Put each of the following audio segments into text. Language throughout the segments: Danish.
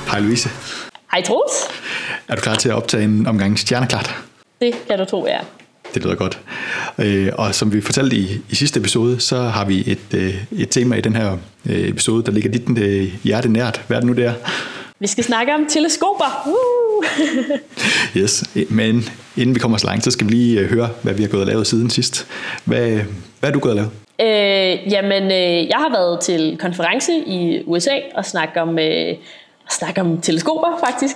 Hej Louise. Hej Troels. Er du klar til at optage en omgang Stjerneklart? Det kan du tro, ja. Det lyder godt. Og som vi fortalte i sidste episode, så har vi et tema i den her episode, der ligger dit hjerte nært. Hvad er det nu, det er? Vi skal snakke om teleskoper. Yes, men inden vi kommer så langt, så skal vi lige høre, hvad vi har gået og lavet siden sidst. Hvad er du gået og lavet? Jeg har været til konference i USA og snakke om teleskoper faktisk.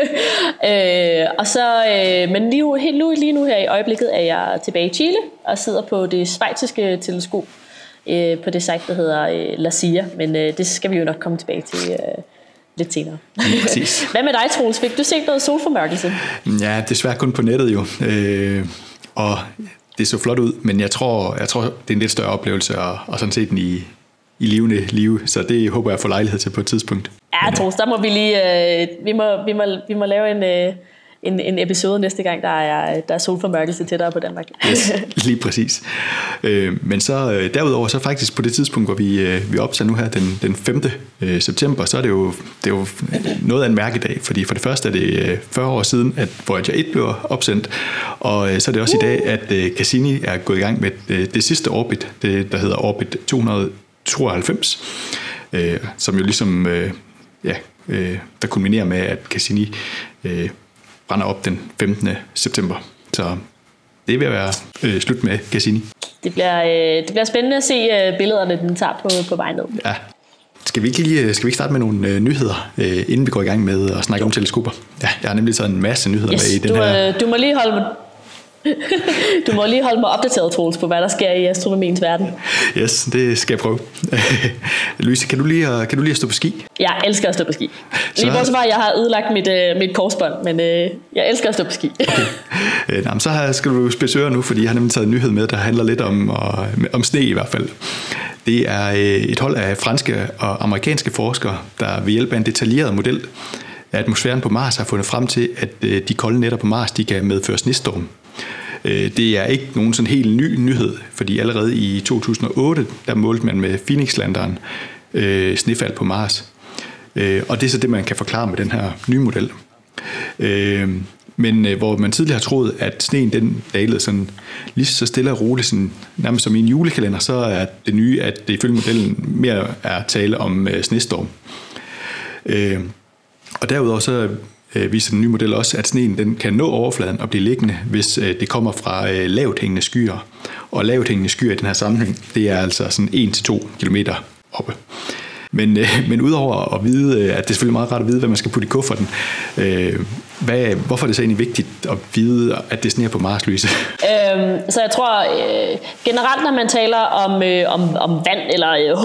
Men lige nu her i øjeblikket er jeg tilbage i Chile og sidder på det schweiziske teleskop på det site, der hedder La Silla. Men det skal vi jo nok komme tilbage til lidt senere. Præcis. Hvad med dig, Troels? Fik du set noget solformørkelse? Ja, desværre kun på nettet jo. Og det så flot ud, men jeg tror det er en lidt større oplevelse og sådan set den i levende live, så det håber jeg får lejlighed til på et tidspunkt. Ja, Troels, der må vi lige vi må lave en episode næste gang, der er solformørkelse tættere på Danmark. Yes, lige præcis. Men så derudover, så faktisk på det tidspunkt, hvor vi optager nu her den 5. september, så er det jo noget af en mærkedag, fordi for det første er det 40 år siden, at Voyager 1 blev opsendt, og så er det også i dag, at Cassini er gået i gang med det sidste orbit, der hedder Orbit 292, som jo ligesom der kulminerer med, at Cassini brænder op den 15. september. Så det vil være slut med Cassini. Det bliver spændende at se billederne, den tager på vej ned. Ja. Skal vi ikke starte med nogle nyheder, inden vi går i gang med at snakke om teleskoper? Ja, jeg har nemlig taget en masse nyheder med i den her. Du må lige holde mig opdateret, Troels, på hvad der sker i astronomiens verden. Yes, det skal jeg prøve. Louise, kan du lige at stå på ski? Jeg elsker at stå på ski. Lige bortset fra, at jeg har ødelagt mit korsbånd, men jeg elsker at stå på ski. Okay. Så skal du spidse ører nu, fordi jeg har nemlig taget en nyhed med, der handler lidt om sne i hvert fald. Det er et hold af franske og amerikanske forskere, der ved hjælp af en detaljeret model af atmosfæren på Mars har fundet frem til, at de kolde nætter på Mars, de kan medføre snestorm. Det er ikke nogen sådan helt ny nyhed, fordi allerede i 2008, der målte man med Phoenix-landeren snefald på Mars. Og det er så det, man kan forklare med den her nye model. Men hvor man tidligere har troet, at sneen den dalede sådan lige så stille og roligt, sådan, nærmest som i en julekalender, så er det nye, at det ifølge modellen mere er tale om snestorm. Og derudover så viser den nye model også, at sneen den kan nå overfladen og blive liggende, hvis det kommer fra lavt hængende skyer. Og lavt hængende skyer i den her sammenhæng, det er altså sådan 1-2 kilometer oppe. Men udover at vide, at det er selvfølgelig meget rart at vide, hvad man skal putte i kufferten, hvorfor er det så egentlig vigtigt at vide, at det sneer på Mars, Louise? Så jeg tror generelt, når man taler om vand eller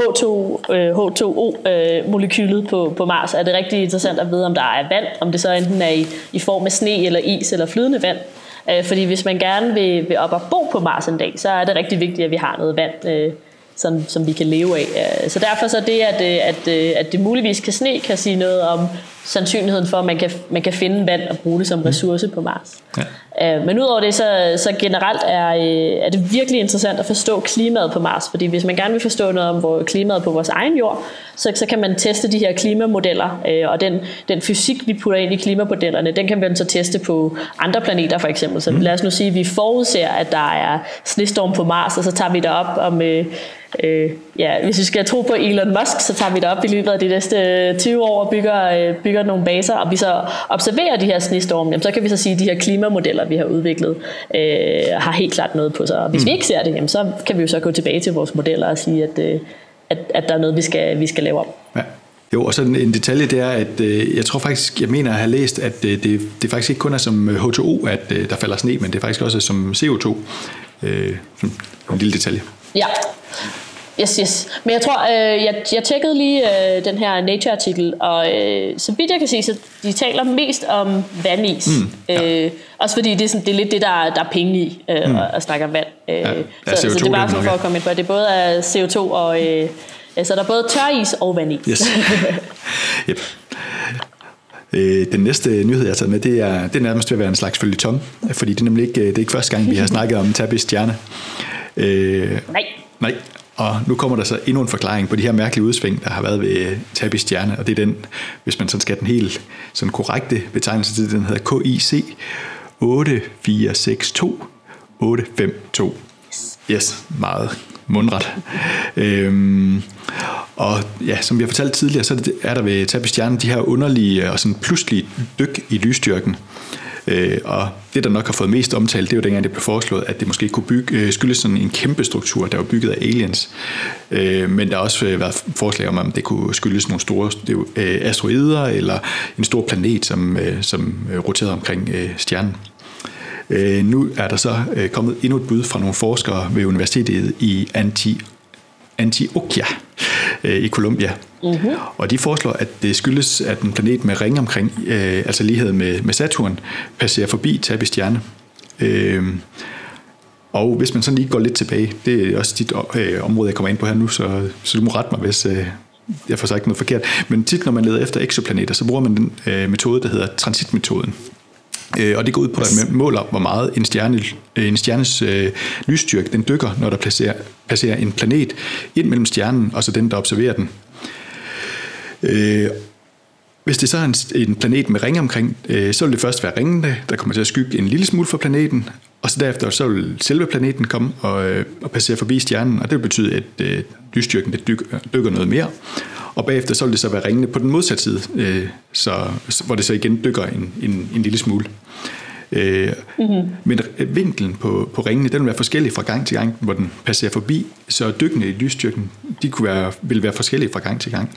H2O-molekylet på Mars, er det rigtig interessant at vide, om der er vand, om det så enten er i form af sne eller is eller flydende vand. Fordi hvis man gerne vil op og bo på Mars en dag, så er det rigtig vigtigt, at vi har noget vand, som vi kan leve af. Så derfor så det, at det muligvis kan sne, kan sige noget om sandsynligheden for, at man kan finde vand og bruge det som ressource på Mars. Ja. Men udover det, så generelt er det virkelig interessant at forstå klimaet på Mars, fordi hvis man gerne vil forstå noget om klimaet på vores egen jord, så kan man teste de her klimamodeller, og den fysik, vi putter ind i klimamodellerne, den kan man så teste på andre planeter for eksempel. Så lad os nu sige, at vi forudser, at der er snestorm på Mars, og så tager vi derop om... hvis vi skal tro på Elon Musk, så tager vi derop i løbet af de næste 20 år og bygger nogle baser, og vi så observerer de her snestorme, så kan vi så sige, at de her klimamodeller, vi har udviklet, har helt klart noget på sig. Og hvis vi ikke ser det, jamen, så kan vi jo så gå tilbage til vores modeller og sige, at der er noget, vi skal lave om. Ja. Jo, og så en detalje, det er, at jeg tror faktisk, jeg mener at have læst, at det faktisk ikke kun er som H2O, at der falder sne, men det er faktisk også som CO2. En lille detalje. Ja. Yes. Men jeg tror, jeg tjekkede lige den her Nature-artikel, og så vidt jeg kan se, så de taler mest om vandis. Også fordi det er lidt det, der er penge i at snakke om vand. Så det er bare for at komme ind på, at det både er CO2 og... så der er både tøris og vandis. Yes. Yep. Den næste nyhed, jeg har taget med, det er nærmest ved at være en slags føljeton, fordi det er nemlig ikke første gang, vi har snakket om Tabis stjerne. Nej. Og nu kommer der så endnu en forklaring på de her mærkelige udsving, der har været ved TAPIS stjerne, og det er den, hvis man sådan skal den helt sådan korrekte betegnelse til, den hedder KIC 8462852. Yes, meget mundret. Og ja, som vi har fortalt tidligere, så er der ved TAPIS stjerne de her underlige og sådan pludselige dyk i lysstyrken. Og det, der nok har fået mest omtale, det er jo dengang, det blev foreslået, at det måske kunne skyldes sådan en kæmpe struktur, der var bygget af aliens. Men der har også været forslag om det kunne skyldes nogle store asteroider, eller en stor planet, som roterede omkring stjernen. Nu er der så kommet endnu et bud fra nogle forskere ved universitetet i Antioquia i Colombia. Mm-hmm. Og de foreslår, at det skyldes, at en planet med ringe omkring, altså lighed med Saturn, passerer forbi TAPIS stjerne. Og hvis man sådan lige går lidt tilbage, det er også dit område, jeg kommer ind på her nu, så du må rette mig, hvis jeg får sagt noget forkert. Men tit, når man leder efter eksoplaneter, så bruger man den metode, der hedder transitmetoden. Og det går ud på, at man måler, hvor meget en stjernes lysstyrke den dykker, når der passerer en planet ind mellem stjernen og så den, der observerer den. Hvis det så er en planet med ringe omkring, så vil det først være ringene, der kommer til at skygge en lille smule for planeten, og så derefter så vil selve planeten komme og passere forbi stjernen, og det vil betyde, at lysstyrken dykker noget mere. Og bagefter så vil det så være ringene på den modsatte side, hvor det så igen dykker en lille smule. Men vinklen på ringene, den vil være forskellig fra gang til gang, hvor den passerer forbi, så dykkene i lysstyrken, vil være forskellige fra gang til gang.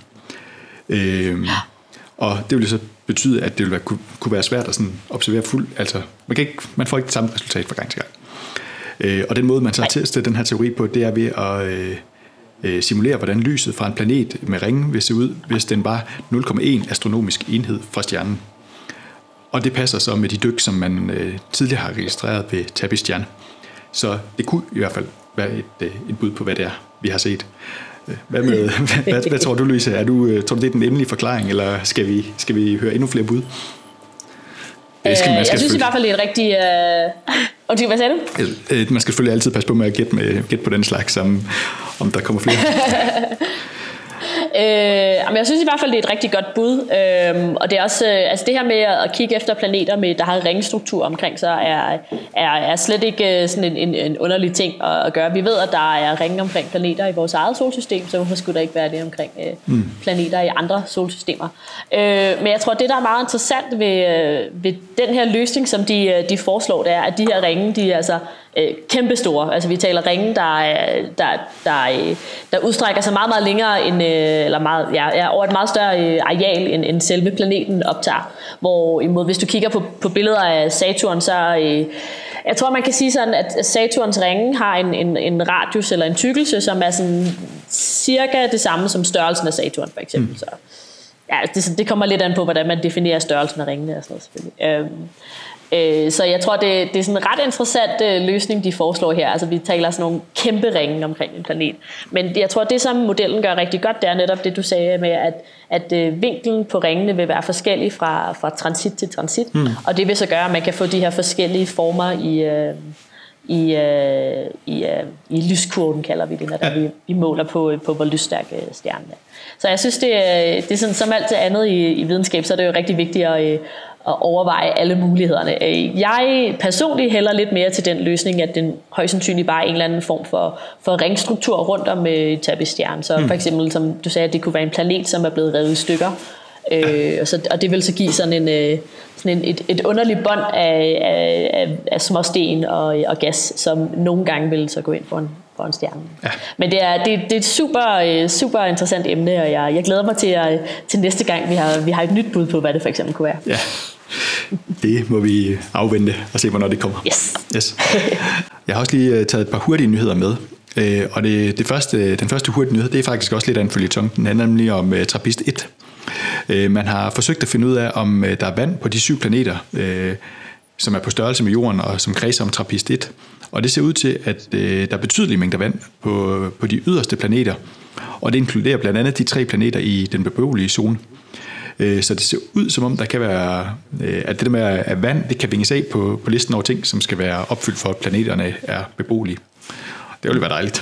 Og det vil så betyde, at det vil kunne være svært at sådan observere fuldt. Altså, man får ikke det samme resultat fra gang til gang. Og den måde, man så har testet den her teori på, det er ved at simulere, hvordan lyset fra en planet med ringe vil se ud, hvis den var 0,1 astronomisk enhed fra stjernen. Og det passer så med de dyk, som man tidligere har registreret ved TAPIS stjerne. Så det kunne i hvert fald være et bud på, hvad det er, vi har set. Hvad tror du, Louise? Tror du, det er den endelige forklaring, eller skal vi høre endnu flere bud? Jeg synes i hvert fald, det er et rigtigt... Hvad sagde du? Man skal selvfølgelig altid passe på med at gætte på den slags, om der kommer flere. Men jeg synes i hvert fald, det er et rigtig godt bud. Og det er også altså det her med at kigge efter planeter, der har ringstruktur omkring sig, er slet ikke sådan en underlig ting at gøre. Vi ved, at der er ringe omkring planeter i vores eget solsystem, så hvorfor skulle der ikke være det omkring planeter i andre solsystemer? Men jeg tror, det der er meget interessant ved den her løsning, som de foreslår, det er, at de her ringe, de er altså kæmpestore. Altså vi taler ringe, der udstrækker sig meget, meget længere end, over et meget større areal end selve planeten optager. Hvorimod hvis du kigger på billeder af Saturn, så jeg tror man kan sige sådan, at Saturns ringe har en radius eller en tykkelse, som er sådan cirka det samme som størrelsen af Saturn for eksempel. Så ja, det kommer lidt an på, hvordan man definerer størrelsen af ringene og sådan noget selvfølgelig. Så jeg tror, det er sådan en ret interessant løsning, de foreslår her. Altså vi taler sådan nogle kæmpe ringe omkring en planet. Men jeg tror, det som modellen gør rigtig godt, det er netop det, du sagde med, at vinklen på ringene vil være forskellig fra transit til transit. Og det vil så gøre, at man kan få de her forskellige former i lyskurven, kalder vi det, når vi måler på hvor lysstærk stjernen er. Så jeg synes, det er sådan, som alt det andet i videnskab, så er det jo rigtig vigtigt at overveje alle mulighederne. Jeg personligt hælder lidt mere til den løsning, at den højst sandsynligt bare er en eller anden form for ringstruktur rundt om TAPIS stjernen. Så for eksempel, som du sagde, at det kunne være en planet, som er blevet revet i stykker. Og det vil så give sådan et underligt bånd af småsten og gas, som nogle gange vil så gå ind for en stjerne. Ja. Men det er et super, super interessant emne, og jeg glæder mig til næste gang, vi har et nyt bud på, hvad det for eksempel kunne være. Ja, det må vi afvente og se, hvornår det kommer. Yes. Jeg har også lige taget et par hurtige nyheder med. Og den første hurtige nyhed, det er faktisk også lidt af en føljeton. Den handler nemlig om TRAPPIST 1. Man har forsøgt at finde ud af, om der er vand på de 7 planeter, som er på størrelse med jorden og som kredser om TRAPPIST 1. Og det ser ud til, at der er betydelige mængder vand på de yderste planeter. Og det inkluderer blandt andet de 3 planeter i den beboelige zone. Så det ser ud som om, der kan være, at det der med at vand, det kan vinges af på listen over ting, som skal være opfyldt for, at planeterne er beboelige. Det ville være dejligt,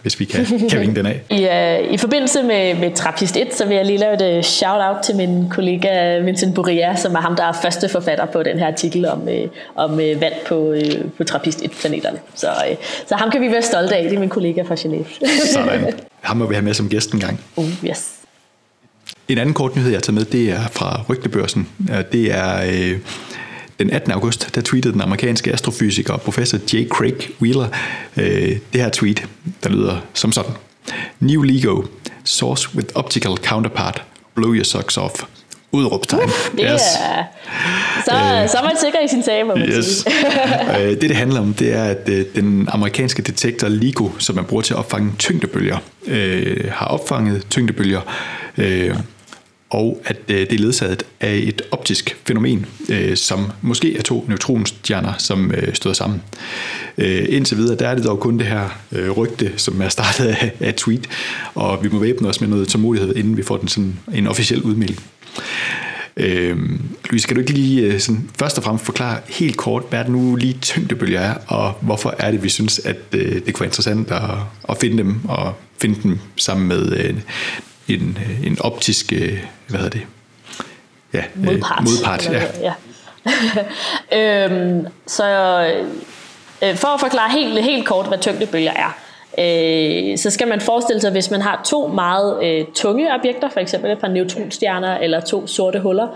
hvis vi kan vinge den af. I forbindelse med Trappist 1, så vil jeg lige lave et shout-out til min kollega Vincent Boria, som er ham, der er første forfatter på den her artikel om vand på Trappist 1-planeterne. Så ham kan vi være stolte af, det er min kollega fra Genève. Sådan. Ham må vi have med som gæst en gang. Yes. En anden kort nyhed, jeg har taget med, det er fra Rygtebørsen. Det er den 18. august, der tweetede den amerikanske astrofysiker og professor J. Craig Wheeler det her tweet, der lyder som sådan. New LIGO, source with optical counterpart, blow your socks off. Udråbstegn. Yes. Så er man sikker i sin sag, må man sige. Det handler om, det er, at den amerikanske detektor LIGO, som man bruger til at opfange tyngdebølger, har opfanget tyngdebølger, og at det er ledsaget af et optisk fænomen, som måske er 2 neutronstjerner, som støder sammen. Indtil videre, der er det dog kun det her rygte, som er startet af et tweet, og vi må væbne os med noget tålmodighed, inden vi får den sådan en officiel udmelding. Louise, kan du ikke lige sådan, først og fremmest forklare helt kort, hvad det nu lige tyngdebølger er, og hvorfor er det, vi synes, at det kunne være interessant at finde dem, og finde dem sammen med en optisk, hvad hedder det? Ja, modpart. Ja. For at forklare helt kort, hvad tyngdebølger er, så skal man forestille sig, hvis man har 2 meget tunge objekter, for eksempel et par neutronstjerner eller 2 sorte huller,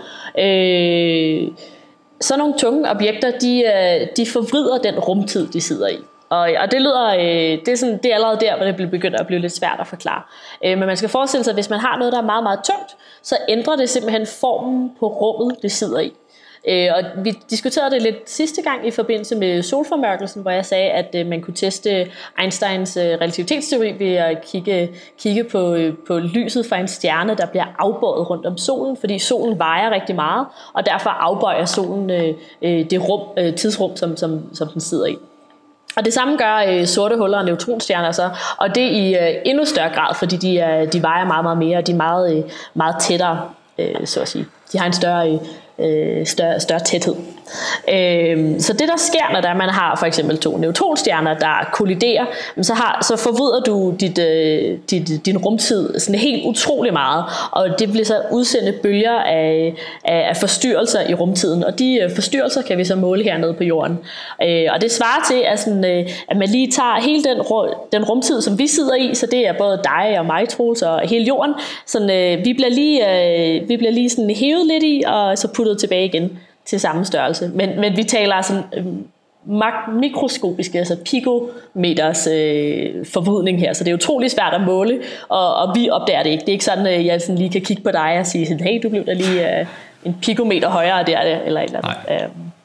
så nogle tunge objekter, de forvrider den rumtid, de sidder i. Og det lyder, det er allerede der, hvor det begynder at blive lidt svært at forklare. Men man skal forestille sig, at hvis man har noget, der er meget, meget tungt, så ændrer det simpelthen formen på rummet, det sidder i. Og vi diskuterede det lidt sidste gang i forbindelse med solformørkelsen, hvor jeg sagde, at man kunne teste Einsteins relativitetsteori ved at kigge på lyset fra en stjerne, der bliver afbøjet rundt om solen, fordi solen vejer rigtig meget, og derfor afbøjer solen det tidsrum, som den sidder i. Og det samme gør sorte huller og neutronstjerner så, og det i endnu større grad, fordi de vejer meget, meget mere, og de er meget, meget tættere, så at sige. De har en større tæthed. Så det der sker, når man har for eksempel 2 neutronstjerner, der kolliderer, så forvrider du din rumtid sådan helt utrolig meget, og det bliver så udsendt bølger af forstyrrelser i rumtiden, og de forstyrrelser kan vi så måle hernede på jorden. Og det svarer til, at man lige tager hele den rumtid, som vi sidder i, så det er både dig og mig, Troels, og hele jorden, sådan, vi bliver lige sådan hævet lidt i, og så puttet tilbage igen til samme størrelse. Men vi taler sådan mikroskopiske, altså pikometers forvridning her, så det er utrolig svært at måle, og vi opdager det ikke. Det er ikke sådan, at jeg sådan lige kan kigge på dig og sige sådan, hey, du blev da lige en pikometer højere der, eller et eller andet.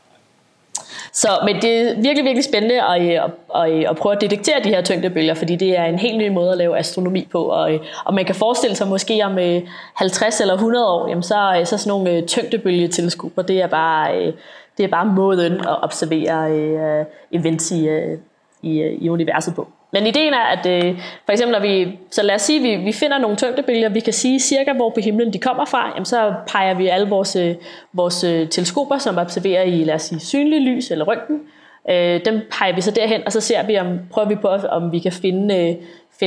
Men det er virkelig, virkelig spændende at prøve at detektere de her tyngdebølger, fordi det er en helt ny måde at lave astronomi på, og man kan forestille sig måske om 50 eller 100 år, jamen så sådan nogle tyngdebølgeteleskoper, det er bare måden at observere events i universet på. Men ideen er, at for eksempel så lad os sige, at vi finder nogle tyngdebølger, vi kan sige cirka, hvor på himlen de kommer fra, jamen så peger vi alle vores teleskoper, som observerer i, lad os sige, synlig lys eller røntgen, dem peger vi så derhen, og så prøver vi på, om vi kan finde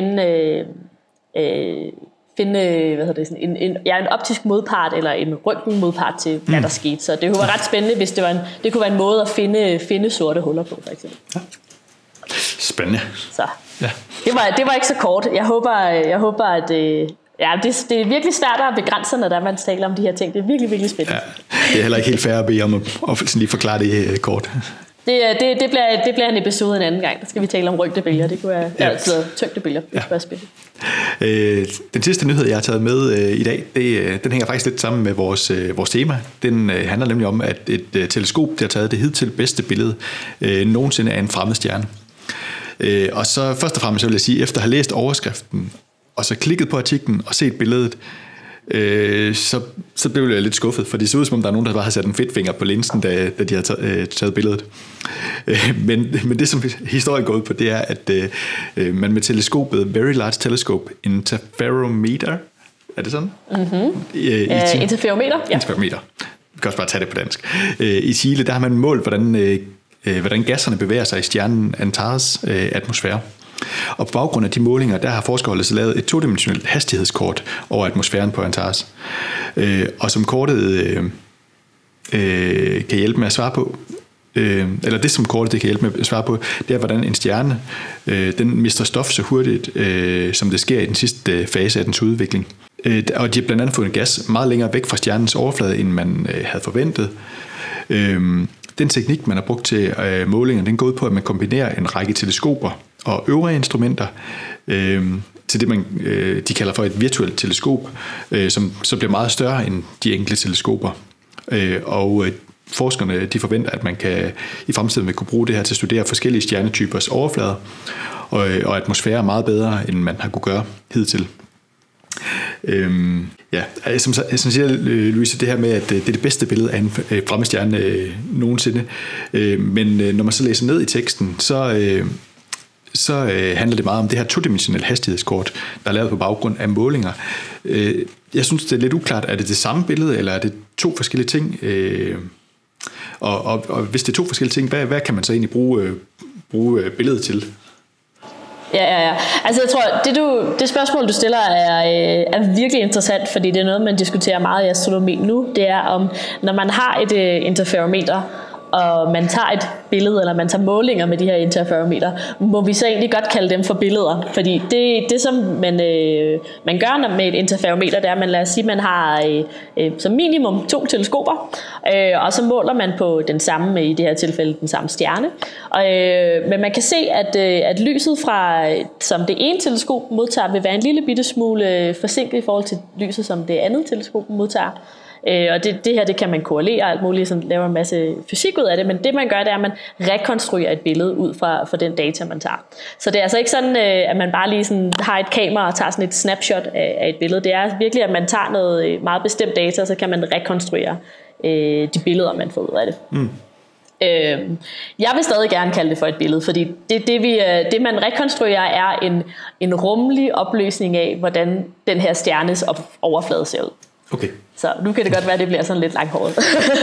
hvad hedder det, sådan en optisk modpart eller en røntgenmodpart til, hvad der skete. Så det kunne være ret spændende, hvis det kunne være en måde at finde sorte huller på, for eksempel. Ja. Spændende. Så ja. Det var ikke så kort. Jeg håber at det er virkelig svært at begrænse, når man taler om de her ting. Det er virkelig, virkelig spændende. Ja, det er heller ikke helt fair at bede om at lige forklare det kort. Det bliver en episode en anden gang. Der skal vi tale om rygtebølger. Det kunne være altså tyngdebølger. Det kunne være spændende. Den sidste nyhed, jeg har taget med i dag, den hænger faktisk lidt sammen med vores tema. Den handler nemlig om, at et teleskop, der har taget det hidtil bedste billede nogensinde af en fremmed stjerne. Og så først og fremmest vil jeg sige, efter at have læst overskriften, og så klikket på artiklen og set billedet, så blev jeg lidt skuffet, for det så ud som om, der er nogen, der bare har sat en fedtfinger på linsen, da de har taget billedet. Men det, som historien går ud på, det er, at man med teleskopet Very Large Telescope Interferometer, er det sådan? Mm-hmm. Interferometer, ja. Interferometer. Vi kan også bare tage det på dansk. I Chile, der har man målt, hvordan gasserne bevæger sig i stjernen Antares atmosfære. Og på baggrund af de målinger, der har forskere så lavet et todimensionelt hastighedskort over atmosfæren på Antares. Og som kortet kan hjælpe med at svare på, eller det som kortet det kan hjælpe med at svare på, det er, hvordan en stjerne den mister stof så hurtigt, som det sker i den sidste fase af dens udvikling. Og de har blandt andet fået en gas meget længere væk fra stjernens overflade, end man havde forventet. Den teknik, man har brugt til målinger, den går ud på, at man kombinerer en række teleskoper og øvrige instrumenter til det, de kalder for et virtuelt teleskop, som så bliver meget større end de enkelte teleskoper. Og forskerne de forventer, at man kan i fremtiden vil kunne bruge det her til at studere forskellige stjernetypers overflader og atmosfære meget bedre, end man har kunne gøre hidtil. Som siger Louise, det her med, at det er det bedste billede af en fremme stjerne nogensinde. Men når man så læser ned i teksten, så handler det meget om det her todimensionelle hastighedskort, der er lavet på baggrund af målinger. Jeg synes, det er lidt uklart, er det det samme billede, eller er det to forskellige ting? Og hvis det er to forskellige ting, hvad kan man så egentlig bruge billedet til? Ja. Altså jeg tror, det spørgsmål, du stiller, er virkelig interessant, fordi det er noget, man diskuterer meget i astronomi nu. Det er om, når man har et interferometer, og man tager et billede, eller man tager målinger med de her interferometer, må vi så egentlig godt kalde dem for billeder. Fordi det som man gør med et interferometer, det er, at man, lad os sige, man har som minimum 2 teleskoper, og så måler man på den samme, i det her tilfælde den samme stjerne. Men man kan se, at lyset som det ene teleskop modtager, vil være en lille bitte smule forsinket i forhold til lyset, som det andet teleskop modtager. Og det her, det kan man korrelere og alt muligt, sådan laver en masse fysik ud af det, men det man gør, det er, at man rekonstruerer et billede ud fra den data, man tager. Så det er altså ikke sådan, at man bare lige sådan har et kamera og tager sådan et snapshot af et billede. Det er virkelig, at man tager noget meget bestemt data, og så kan man rekonstruere de billeder, man får ud af det. Jeg vil stadig gerne kalde det for et billede, fordi det man rekonstruerer er en rummelig opløsning af, hvordan den her stjernes overflade ser ud. Okay. Så nu kan det godt være, at det bliver sådan lidt langhåret.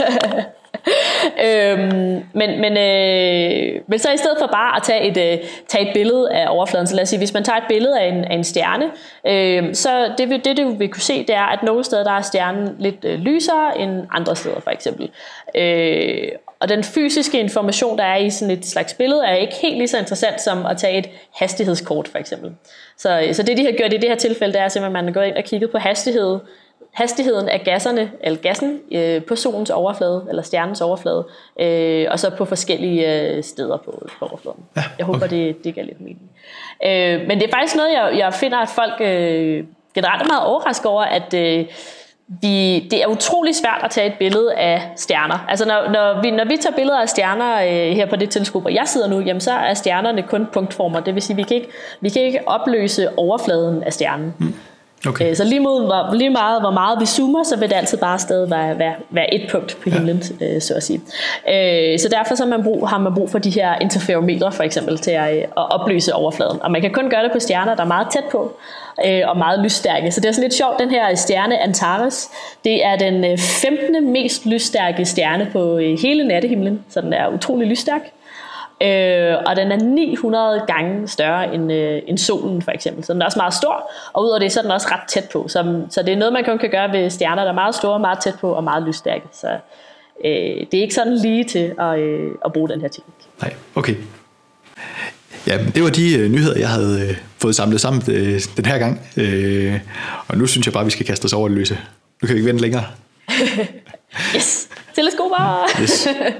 Men så i stedet for bare at tage et billede af overfladen, så lad os sige, hvis man tager et billede af en stjerne, så det du vil kunne se, det er, at nogle steder der er stjernen lidt lysere end andre steder for eksempel. Og den fysiske information, der er i sådan et slags billede, er ikke helt lige så interessant som at tage et hastighedskort for eksempel. Så det de har gjort i det her tilfælde, det er simpelthen, at man har gået ind og kigget på hastigheden af gassen på solens overflade, eller stjernens overflade, og så på forskellige steder på overfladen. Ja, okay. Jeg håber, det giver lidt mening. Men det er faktisk noget, jeg finder, at folk generelt er meget overrasket over, at det er utrolig svært at tage et billede af stjerner. Altså når vi tager billeder af stjerner her på det teleskop, hvor jeg sidder nu, jamen så er stjernerne kun punktformer. Det vil sige, vi kan ikke opløse overfladen af stjernen. Okay. Så lige meget hvor meget vi zoomer, så vil det altid bare stadig være et punkt på himlen, så at sige. Så derfor så har man brug for de her interferometre for eksempel til at opløse overfladen. Og man kan kun gøre det på stjerner, der er meget tæt på og meget lysstærke. Så det er sådan lidt sjovt, den her stjerne Antares, det er den 15. mest lysstærke stjerne på hele nattehimlen, så den er utrolig lysstærk. Og den er 900 gange større end solen for eksempel, så den er også meget stor, og udover det så er den også ret tæt på, så det er noget man kun kan gøre ved stjerner der er meget store, meget tæt på og meget lysstærke, så det er ikke sådan lige til at bruge den her teknik. Nej, okay. Ja, det var de nyheder jeg havde fået samlet sammen den her gang, og nu synes jeg bare vi skal kaste os over det løse. Nu kan vi ikke vente længere. Yes, teleskoper! Yes.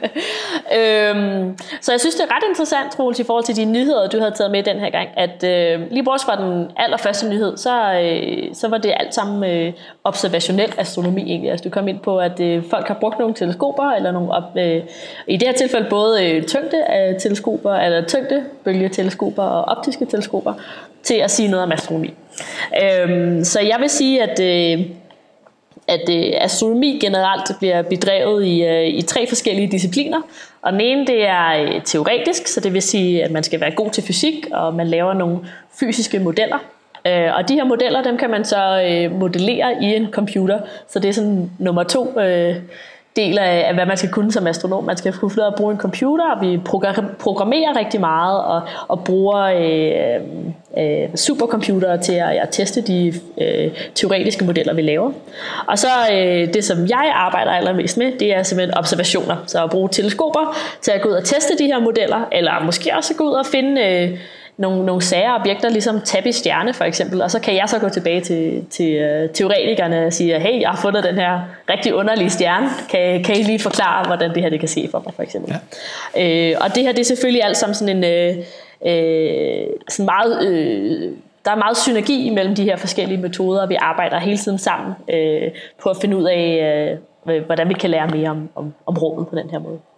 Så jeg synes det er ret interessant, Troels, i forhold til de nyheder du havde taget med den her gang, at lige bortset fra den allerførste nyhed, så var det alt sammen observationel astronomi egentlig. Altså du kom ind på, at folk har brugt nogle teleskoper, eller nogle i det her tilfælde både tyngdeteleskoper, eller tyngdebølgeteleskoper og optiske teleskoper, til at sige noget om astronomi. Så jeg vil sige, at astronomi generelt bliver bedrevet i 3 forskellige discipliner. Og den ene, det er teoretisk, så det vil sige, at man skal være god til fysik, og man laver nogle fysiske modeller. Og de her modeller, dem kan man så modellere i en computer. Så det er sådan nummer 2 del af, hvad man skal kunne som astronom. Man skal kunne finde at bruge en computer, og vi programmerer rigtig meget, og bruger supercomputere til at teste de teoretiske modeller, vi laver. Og så det, som jeg arbejder allermest med, det er simpelthen observationer. Så at bruge teleskoper til at gå ud og teste de her modeller, eller måske også gå ud og finde nogle sære objekter, ligesom Tabby stjerne for eksempel, og så kan jeg så gå tilbage til teoretikerne og sige, hey, jeg har fundet den her rigtig underlige stjerne, kan I lige forklare, hvordan det her det kan ske for mig, for eksempel. Ja. Og det her, det er selvfølgelig alt sammen sådan en sådan meget, der er meget synergi mellem de her forskellige metoder, og vi arbejder hele tiden sammen på at finde ud af, hvordan vi kan lære mere om rummet på den her måde.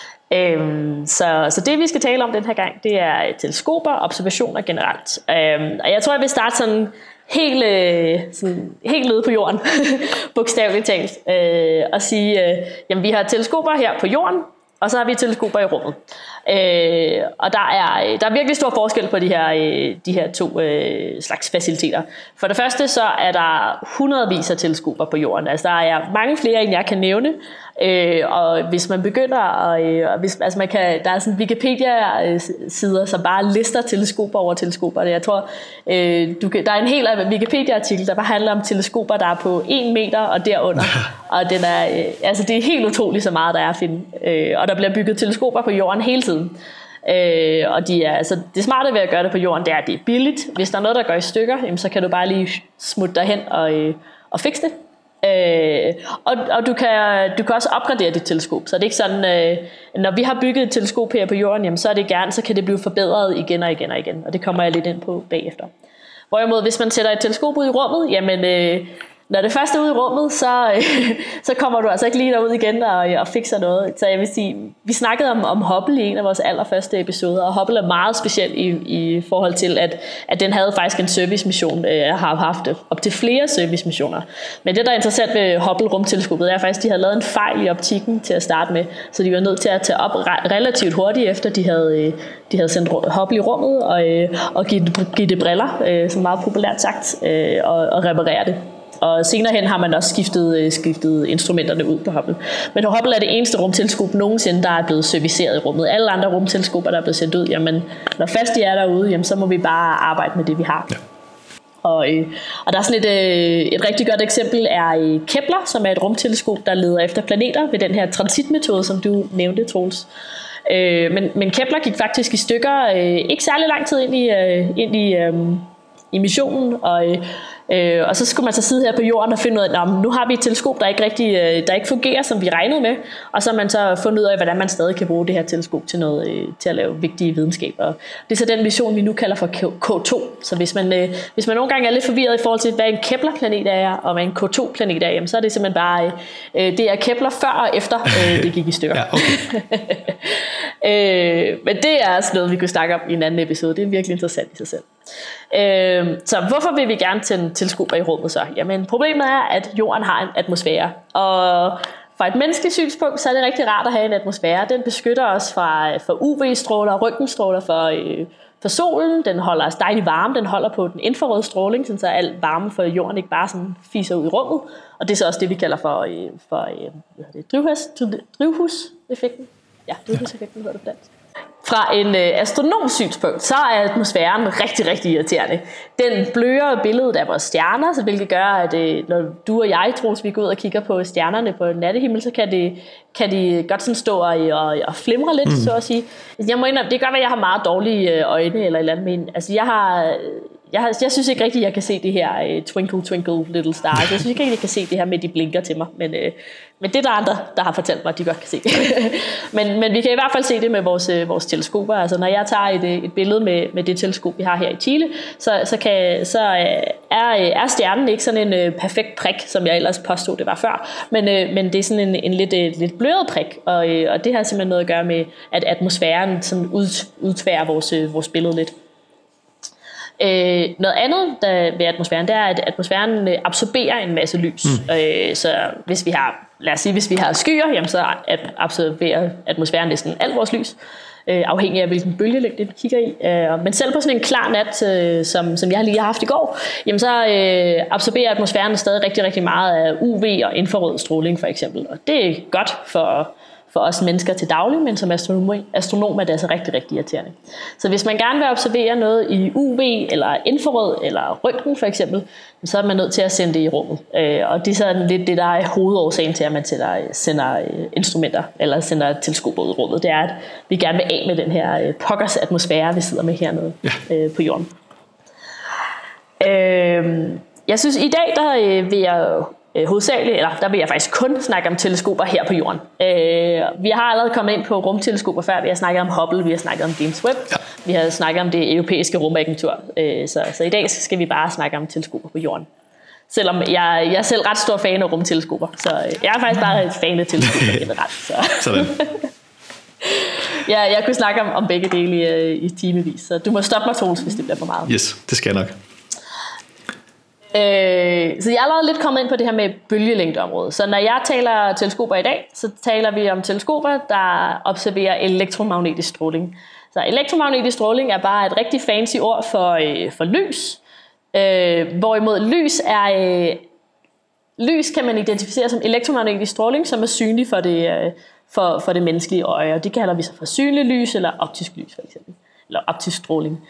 Så det vi skal tale om den her gang, det er teleskoper og observationer generelt. Og jeg tror jeg vil starte sådan helt nede på jorden bogstaveligt talt og sige, jamen vi har teleskoper her på jorden, og så har vi teleskoper i rummet. Og der er virkelig stor forskel på de her to slags faciliteter. For det første så er der hundredvis af teleskoper på jorden. Altså der er mange flere, end jeg kan nævne. Og hvis man begynder der er sådan Wikipedia-sider, som bare lister teleskoper over teleskoper. Jeg tror, der er en hel Wikipedia-artikel, der bare handler om teleskoper, der er på 1 meter og derunder. Og det er helt utroligt så meget, der er at finde. Og der bliver bygget teleskoper på jorden hele tiden. Og det smarte ved at gøre det på jorden, det er, at det er billigt. Hvis der er noget, der går i stykker, så kan du bare lige smutte derhen og fikse det. Og du kan også opgradere dit teleskop. Så det er ikke sådan, når vi har bygget et teleskop her på jorden, jamen, så kan det blive forbedret igen og igen og igen. Og det kommer jeg lidt ind på bagefter. Hvorimod hvis man sætter et teleskop ud i rummet, jamen når det først er ude i rummet, så kommer du altså ikke lige derud igen og fikser noget. Så jeg vil sige, vi snakkede om Hubble i en af vores allerførste episoder, og Hubble er meget speciel i forhold til, at den havde faktisk en servicemission. Jeg har haft op til flere servicemissioner. Men det, der er interessant ved Hubble-rumteleskopet, er faktisk, at de havde lavet en fejl i optikken til at starte med, så de var nødt til at tage op relativt hurtigt efter, de havde sendt Hubble i rummet og give det briller, som meget populært sagt, og reparere det. Og senere hen har man også skiftet instrumenterne ud på Hubble. Men Hubble er det eneste rumteleskop nogensinde, der er blevet serviceret i rummet. Alle andre rumteleskoper, der er blevet sendt ud, jamen, når først de er derude, jamen, så må vi bare arbejde med det, vi har. Ja. Og der er sådan et rigtig godt eksempel er Kepler, som er et rumteleskop, der leder efter planeter ved den her transitmetode, som du nævnte, Troels. Men Kepler gik faktisk i stykker ikke særlig lang tid ind i missionen, og så skulle man så sidde her på jorden og finde ud af, at nu har vi et teleskop, der ikke fungerer, som vi regnede med, og så har man så fundet ud af, hvordan man stadig kan bruge det her teleskop til at lave vigtige videnskaber. Det er så den mission, vi nu kalder for K2. Så hvis man nogle gange er lidt forvirret i forhold til, hvad en Kepler-planet er, og hvad en K2-planet er, jamen, så er det simpelthen bare, det er Kepler før og efter, det gik i stykker. Ja, okay. Men det er også noget, vi kunne snakke om i en anden episode. Det er virkelig interessant i sig selv. Så hvorfor vil vi gerne tænde teleskoper i rummet så? Jamen problemet er, at jorden har en atmosfære, og fra et menneskeligt synspunkt, så er det rigtig rart at have en atmosfære. Den beskytter os fra UV-stråler og røntgenstråler for solen. Den holder os dejligt varme. Den holder på den infrarøde stråling, så al varme for jorden ikke bare sådan fiser ud i rummet. Og det er så også det, vi kalder for drivhuseffekten. Ja, drivhuseffekten hedder det på dansk. Fra en astronoms synspunkt, så er atmosfæren rigtig, rigtig irriterende. Den blører billedet af vores stjerner, hvilket gør, at når du og jeg, Troels, vi går ud og kigger på stjernerne på nattehimmel, så kan de godt sådan stå og flimre lidt, så at sige. Jeg må indrømme, det gør, at jeg har meget dårlige øjne eller et eller andet, men altså jeg synes ikke rigtigt, at jeg kan se det her Twinkle Twinkle Little Star. Jeg synes ikke rigtigt, at jeg kan se det her med, de blinker til mig. Men det er der andre, der har fortalt mig, at de godt kan se det. men vi kan i hvert fald se det med vores teleskoper. Altså når jeg tager et billede med det teleskop, vi har her i Chile, så er stjernen ikke sådan en perfekt prik, som jeg ellers påstod, det var før. Men det er sådan en lidt bløret prik. Og det har simpelthen noget at gøre med, at atmosfæren sådan udtværer vores billede lidt. Noget andet ved atmosfæren, det er, at atmosfæren absorberer en masse lys. Så hvis vi har skyer, jamen, så absorberer atmosfæren næsten alt vores lys. afhængig af hvilken bølgelængde vi kigger i. Men selv på sådan en klar nat, som jeg lige har haft i går, jamen så absorberer atmosfæren stadig rigtig, rigtig meget af UV og infrarød stråling for eksempel. Og det er godt for os mennesker til daglig, men som astronom er det altså rigtig, rigtig irriterende. Så hvis man gerne vil observere noget i UV, eller infrarød, eller røntgen for eksempel, så er man nødt til at sende det i rummet. Og det er sådan lidt det, der er hovedårsagen til, at man sender instrumenter, eller sender teleskoper ud i rummet. Det er, at vi gerne vil af med den her pokkers atmosfære, vi sidder med hernede på jorden. Jeg synes, i dag der vil jeg hovedsageligt, eller der vil jeg faktisk kun snakke om teleskoper her på jorden. Vi har allerede kommet ind på rumteleskoper før. Vi har snakket om Hubble, vi har snakket om James Webb, vi har snakket om det europæiske rumagentur. Så i dag skal vi bare snakke om teleskoper på jorden. Selvom jeg er selv ret stor fan af rumteleskoper, så jeg er faktisk bare et fan af teleskoper generelt. Sådan. Jeg kunne snakke om begge dele i timevis, så du må stoppe mig, Troels, hvis det bliver for meget. Yes, det skal jeg nok. Så jeg er allerede lidt kommet ind på det her med bølgelængdeområdet. Så når jeg taler teleskoper i dag, så taler vi om teleskoper, der observerer elektromagnetisk stråling. Så elektromagnetisk stråling er bare et rigtig fancy ord for lys. Hvorimod lys kan man identificere som elektromagnetisk stråling, som er synlig for det menneskelige øje. Og det kalder vi så for synlig lys eller optisk lys for eksempel. Eller optisk stråling.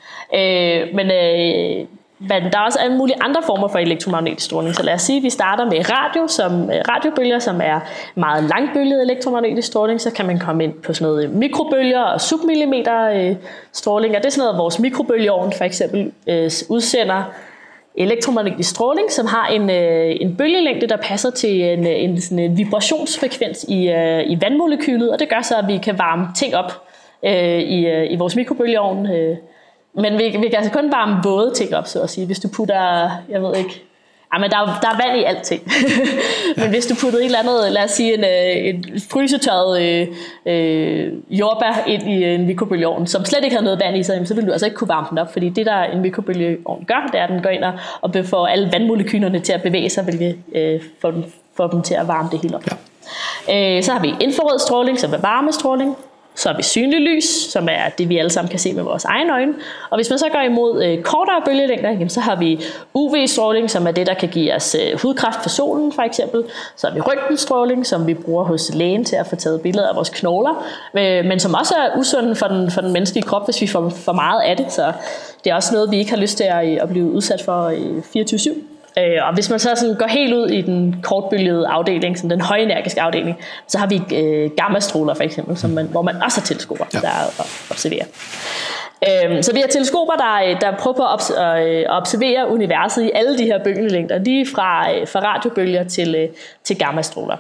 Men der er også alle mulige andre former for elektromagnetisk stråling. Så lad os sige, at vi starter med radiobølger, som er meget langbølget elektromagnetisk stråling. Så kan man komme ind på sådan noget mikrobølger og submillimeter stråling. Og det er sådan noget, vores mikrobølgeovn for eksempel udsender elektromagnetisk stråling, som har en bølgelængde, der passer til en vibrationsfrekvens i vandmolekylet. Og det gør så, at vi kan varme ting op i vores mikrobølgeovn. Men vi kan altså kun varme våde ting op, så at sige. Hvis du putter, jeg ved ikke, men der er vand i alting. Men hvis du puttede et eller andet, lad os sige en frysetørret jordbær ind i en mikrobølgeovn, som slet ikke havde noget vand i sig, så ville du altså ikke kunne varme den op, fordi det der en mikrobølgeovn gør, det er, at den går ind og får alle vandmolekylerne til at bevæge sig, hvilket får dem til at varme det hele op. Ja. Så har vi infrarød stråling, som er varmestråling. Så har vi synlig lys, som er det, vi alle sammen kan se med vores egne øjne. Og hvis man så går imod kortere bølgelængder, så har vi UV-stråling, som er det, der kan give os hudkræft for solen for eksempel. Så har vi røntgenstråling, som vi bruger hos lægen til at få taget billeder af vores knogler, men som også er usund for den menneskelige krop, hvis vi får for meget af det. Så det er også noget, vi ikke har lyst til at blive udsat for 24/7. Og hvis man så sådan går helt ud i den kortbølgede afdeling, sådan den højenergiske afdeling, så har vi gammastråler for eksempel, hvor man også har teleskoper, der observerer. Så vi har teleskoper, der prøver på at observere universet i alle de her bølgelængder, lige fra radiobølger til gammastråler.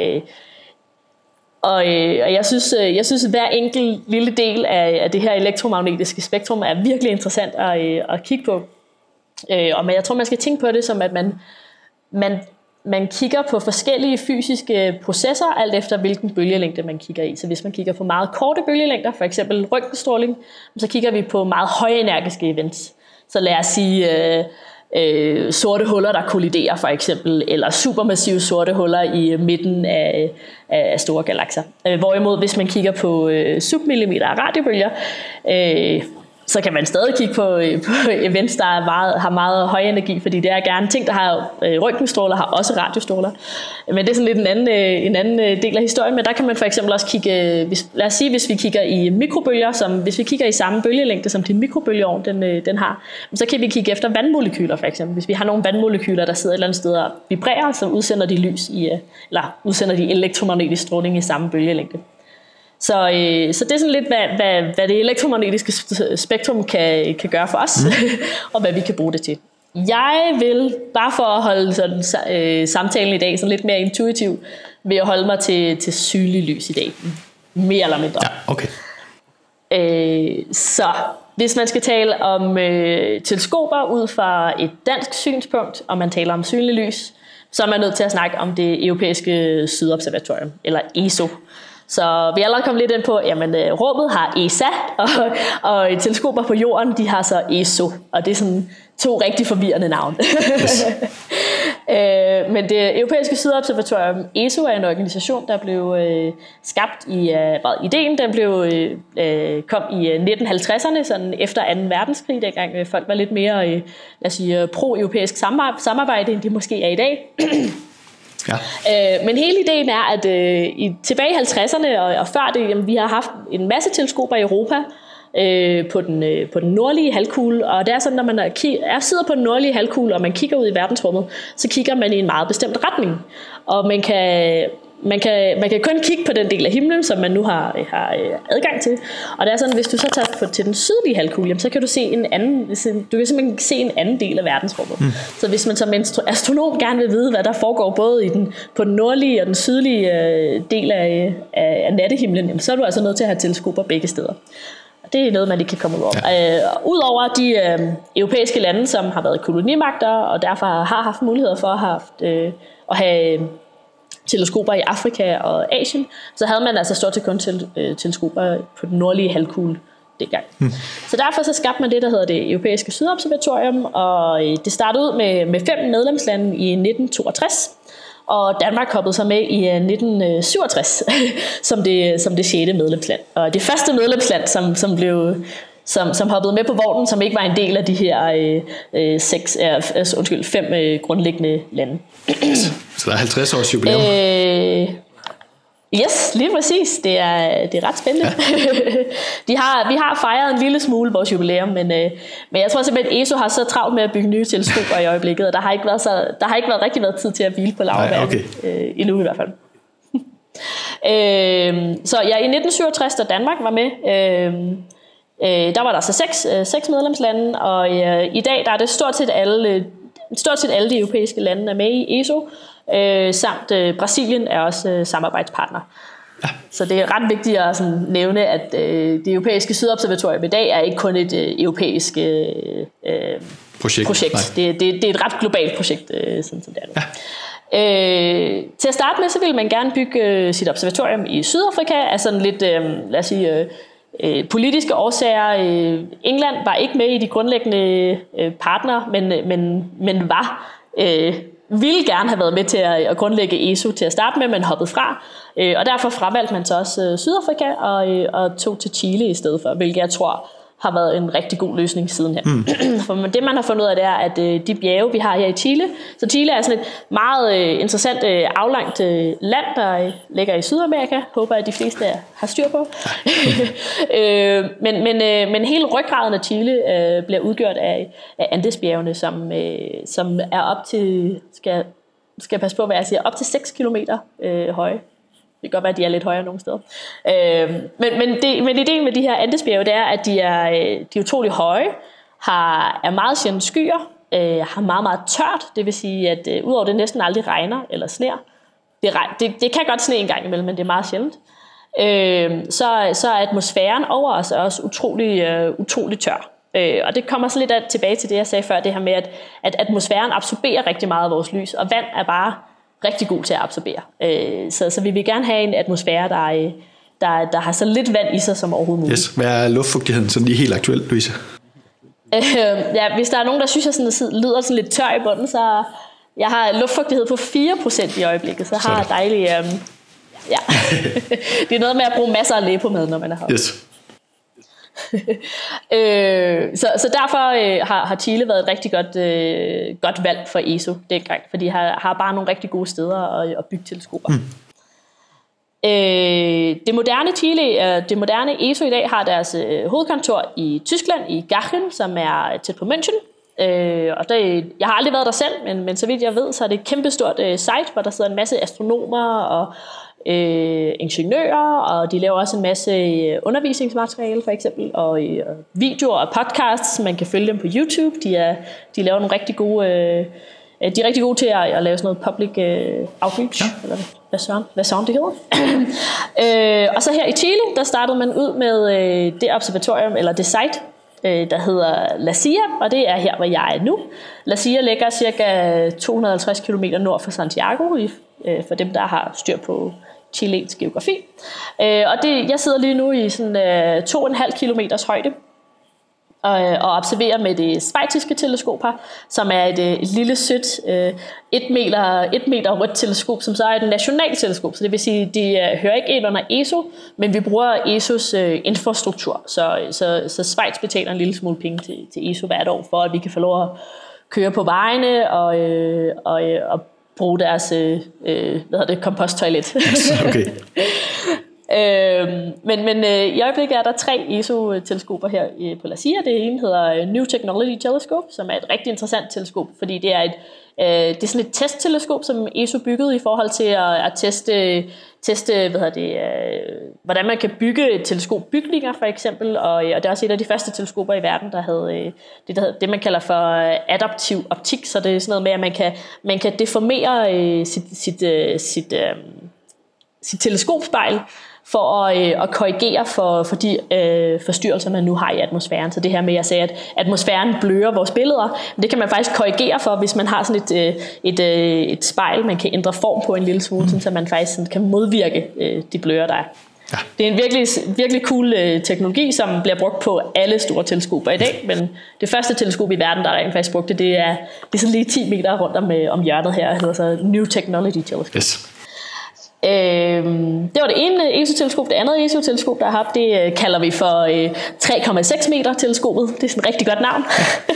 Og jeg synes, at hver enkelt lille del af det her elektromagnetiske spektrum er virkelig interessant at kigge på. Men jeg tror, man skal tænke på det som, at man kigger på forskellige fysiske processer, alt efter hvilken bølgelængde man kigger i. Så hvis man kigger på meget korte bølgelængder, for eksempel røntgenstråling, så kigger vi på meget højenergiske events. Så lad os sige sorte huller, der kolliderer for eksempel, eller supermassive sorte huller i midten af store galakser. Hvorimod hvis man kigger på submillimeter radiobølger, så kan man stadig kigge på events, der har meget høj energi, fordi det er gerne ting, der har røntgenstråler, har også radiostråler. Men det er sådan lidt en anden del af historien, men der kan man for eksempel også kigge, lad os sige, hvis vi kigger i mikrobølger, hvis vi kigger i samme bølgelængde, som din mikrobølgeovn den har, så kan vi kigge efter vandmolekyler for eksempel. Hvis vi har nogle vandmolekyler, der sidder et eller andet sted og vibrerer, så udsender de eller udsender de elektromagnetisk stråling i samme bølgelængde. Så det er sådan lidt, hvad det elektromagnetiske spektrum kan gøre for os, og hvad vi kan bruge det til. Jeg vil, bare for at holde sådan, samtalen i dag sådan lidt mere intuitiv, vil jeg holde mig til synlig lys i dag. Mere eller mindre. Ja, okay. Så hvis man skal tale om teleskoper ud fra et dansk synspunkt, og man taler om synlig lys, så er man nødt til at snakke om det europæiske sydobservatorium, eller ESO. Så vi er allerede kommet lidt ind på, jamen rummet har ESA, og teleskoper på jorden, de har så ESO, og det er sådan to rigtig forvirrende navne. Men det europæiske sydobservatorium, ESO, er en organisation, der blev skabt i ideen. Den kom i 1950'erne, sådan efter 2. verdenskrig, dengang folk var lidt mere lad os sige, pro-europæisk samarbejde, end de måske er i dag. Ja. Men hele ideen er, at tilbage i 50'erne og før det, jamen, vi har haft en masse teleskoper i Europa, på den nordlige halvkugle, og det er sådan, når man sidder på den nordlige halvkugle, og man kigger ud i verdensrummet, så kigger man i en meget bestemt retning. Og man kan kun kigge på den del af himlen, som man nu har adgang til. Og det er sådan, hvis du så tager til den sydlige halvkugle, så kan du se du kan simpelthen se en anden del af verdensrummet. Så hvis man som astronom gerne vil vide, hvad der foregår både på den nordlige og den sydlige del af nattehimlen, så er du altså nødt til at have teleskoper begge steder. Det er noget, man ikke kan komme ud over. Udover de europæiske lande, som har været kolonimagter, og derfor har haft muligheder for at have teleskoper i Afrika og Asien, så havde man altså stort set kun teleskoper på den nordlige halvkugle dengang. Så derfor så skabte man det, der hedder det europæiske sydobservatorium, og det startede ud med 5 medlemslande i 1962. Og Danmark hoppede så med i 1967 som det 6. medlemsland. Og det første medlemsland, som hoppede med på vognen, som ikke var en del af de her 5 grundlæggende lande. Så der er 50 års jubilæum. Yes, lige præcis. Det er ret spændende. Ja. Vi har fejret en lille smule vores jubilæum, men jeg tror simpelthen, at ESO har så travlt med at bygge nye teleskoper i øjeblikket, og der har ikke rigtig været tid til at hvile på laurbærrene, endnu i hvert fald. Så ja, i 1967, da Danmark var med, der var der så 6 medlemslande, og i dag der er det stort set alle de europæiske lande er med i ESO. Samt Brasilien er også samarbejdspartner. Ja. Så det er ret vigtigt at sådan nævne, at det europæiske sydobservatorium i dag er ikke kun et europæisk projekt. Det er et ret globalt projekt, sådan som det er nu. Ja. Til at starte med, så vil man gerne bygge sit observatorium i Sydafrika af sådan lidt, lad os sige, politiske årsager. England var ikke med i de grundlæggende partnere, men var ville gerne have været med til at grundlægge ESO til at starte med, men hoppede fra. Og derfor fravalgte man så også Sydafrika og tog til Chile i stedet for, hvilket jeg tror har været en rigtig god løsning sidenhen. For det man har fundet ud af, det er, at de bjerge, vi har her i Chile, så Chile er sådan et meget interessant aflangt land, der ligger i Sydamerika. Håber, at de fleste har styr på. Men hele ryggraden af Chile bliver udgjort af Andesbjergene, som er op til, skal passe på, hvad jeg siger, op til 6 kilometer høje. Det kan godt være, at de er lidt højere nogle steder. Men ideen med de her Andesbjerge, det er, at de er utrolig høje, er meget sjældent skyer, har meget, meget tørt. Det vil sige, at udover det næsten aldrig regner eller sner. Det kan godt sne en gang imellem, men det er meget sjældent. Så er atmosfæren over os også utrolig tør. Og det kommer så lidt tilbage til det, jeg sagde før, det her med, at atmosfæren absorberer rigtig meget af vores lys, og vand er bare rigtig god til at absorbere. Så vi vil gerne have en atmosfære, der har så lidt vand i sig som overhovedet muligt. Yes. Hvad er luftfugtigheden sådan lige helt aktuelt, Louise? Ja, hvis der er nogen, der synes, at sådan lyder sådan lidt tør i bunden, så jeg har luftfugtighed på 4% i øjeblikket, så har jeg dejligt. Ja. Det er noget med at bruge masser af læbe med, når man er heroppe. Yes. Så derfor har Chile været et rigtig godt valg for ESO dengang, for de har bare nogle rigtig gode steder at bygge teleskoper. Det moderne ESO i dag har deres hovedkontor i Tyskland, i Garching, som er tæt på München. Og jeg har aldrig været der selv, men så vidt jeg ved, så er det et kæmpestort site, hvor der sidder en masse astronomer og ingeniører, og de laver også en masse undervisningsmateriale for eksempel, og videoer og podcasts, man kan følge dem på YouTube. De laver nogle rigtig gode, de er rigtig gode til at lave sådan noget public outreach, eller hvad søren det hedder. Og så her i Chile, der startede man ud med det observatorium, eller det site, der hedder La Silla, og det er her, hvor jeg er nu. La Silla ligger cirka 250 km nord for Santiago, for dem, der har styr på chilensk geografi. Og jeg sidder lige nu i sådan 2,5 kilometers højde. og observere med det schweiziske teleskop her, som er et lille sødt 1 meter rødt teleskop, som så er et nationalt teleskop. Så det vil sige, de hører ikke ind under ESO, men vi bruger ESOs infrastruktur. Så Schweiz betaler en lille smule penge til ESO hvert år, for at vi kan få lov at køre på vejene og bruge deres komposttoilet. Okay. Men i øjeblikket er der 3 ESO-teleskoper her på La Silla. Det ene hedder New Technology Telescope, som er et rigtig interessant teleskop, fordi det er det er sådan et testteleskop, som ESO byggede i forhold til at teste hvordan man kan bygge teleskopbygninger for eksempel, og det er også et af de første teleskoper i verden, der havde det man kalder for adaptiv optik, så det er sådan noget med, at man kan deformere sit teleskopspejl for at korrigere for de forstyrrelser, man nu har i atmosfæren. Så det her med, at jeg sagde, at atmosfæren blører vores billeder, det kan man faktisk korrigere for, hvis man har sådan et spejl, man kan ændre form på en lille smule, så man faktisk sådan kan modvirke de blører, der er. Ja. Det er en virkelig, virkelig cool teknologi, som bliver brugt på alle store teleskoper i dag, men det første teleskop i verden, der rent faktisk brugte, det er sådan lige 10 meter rundt om hjørnet her, hedder så New Technology Telescope. Yes. Det var det ene ESO-teleskop. Det andet ESO-teleskop, der har haft, det kalder vi for 3,6 meter teleskopet. Det er sådan et rigtig godt navn.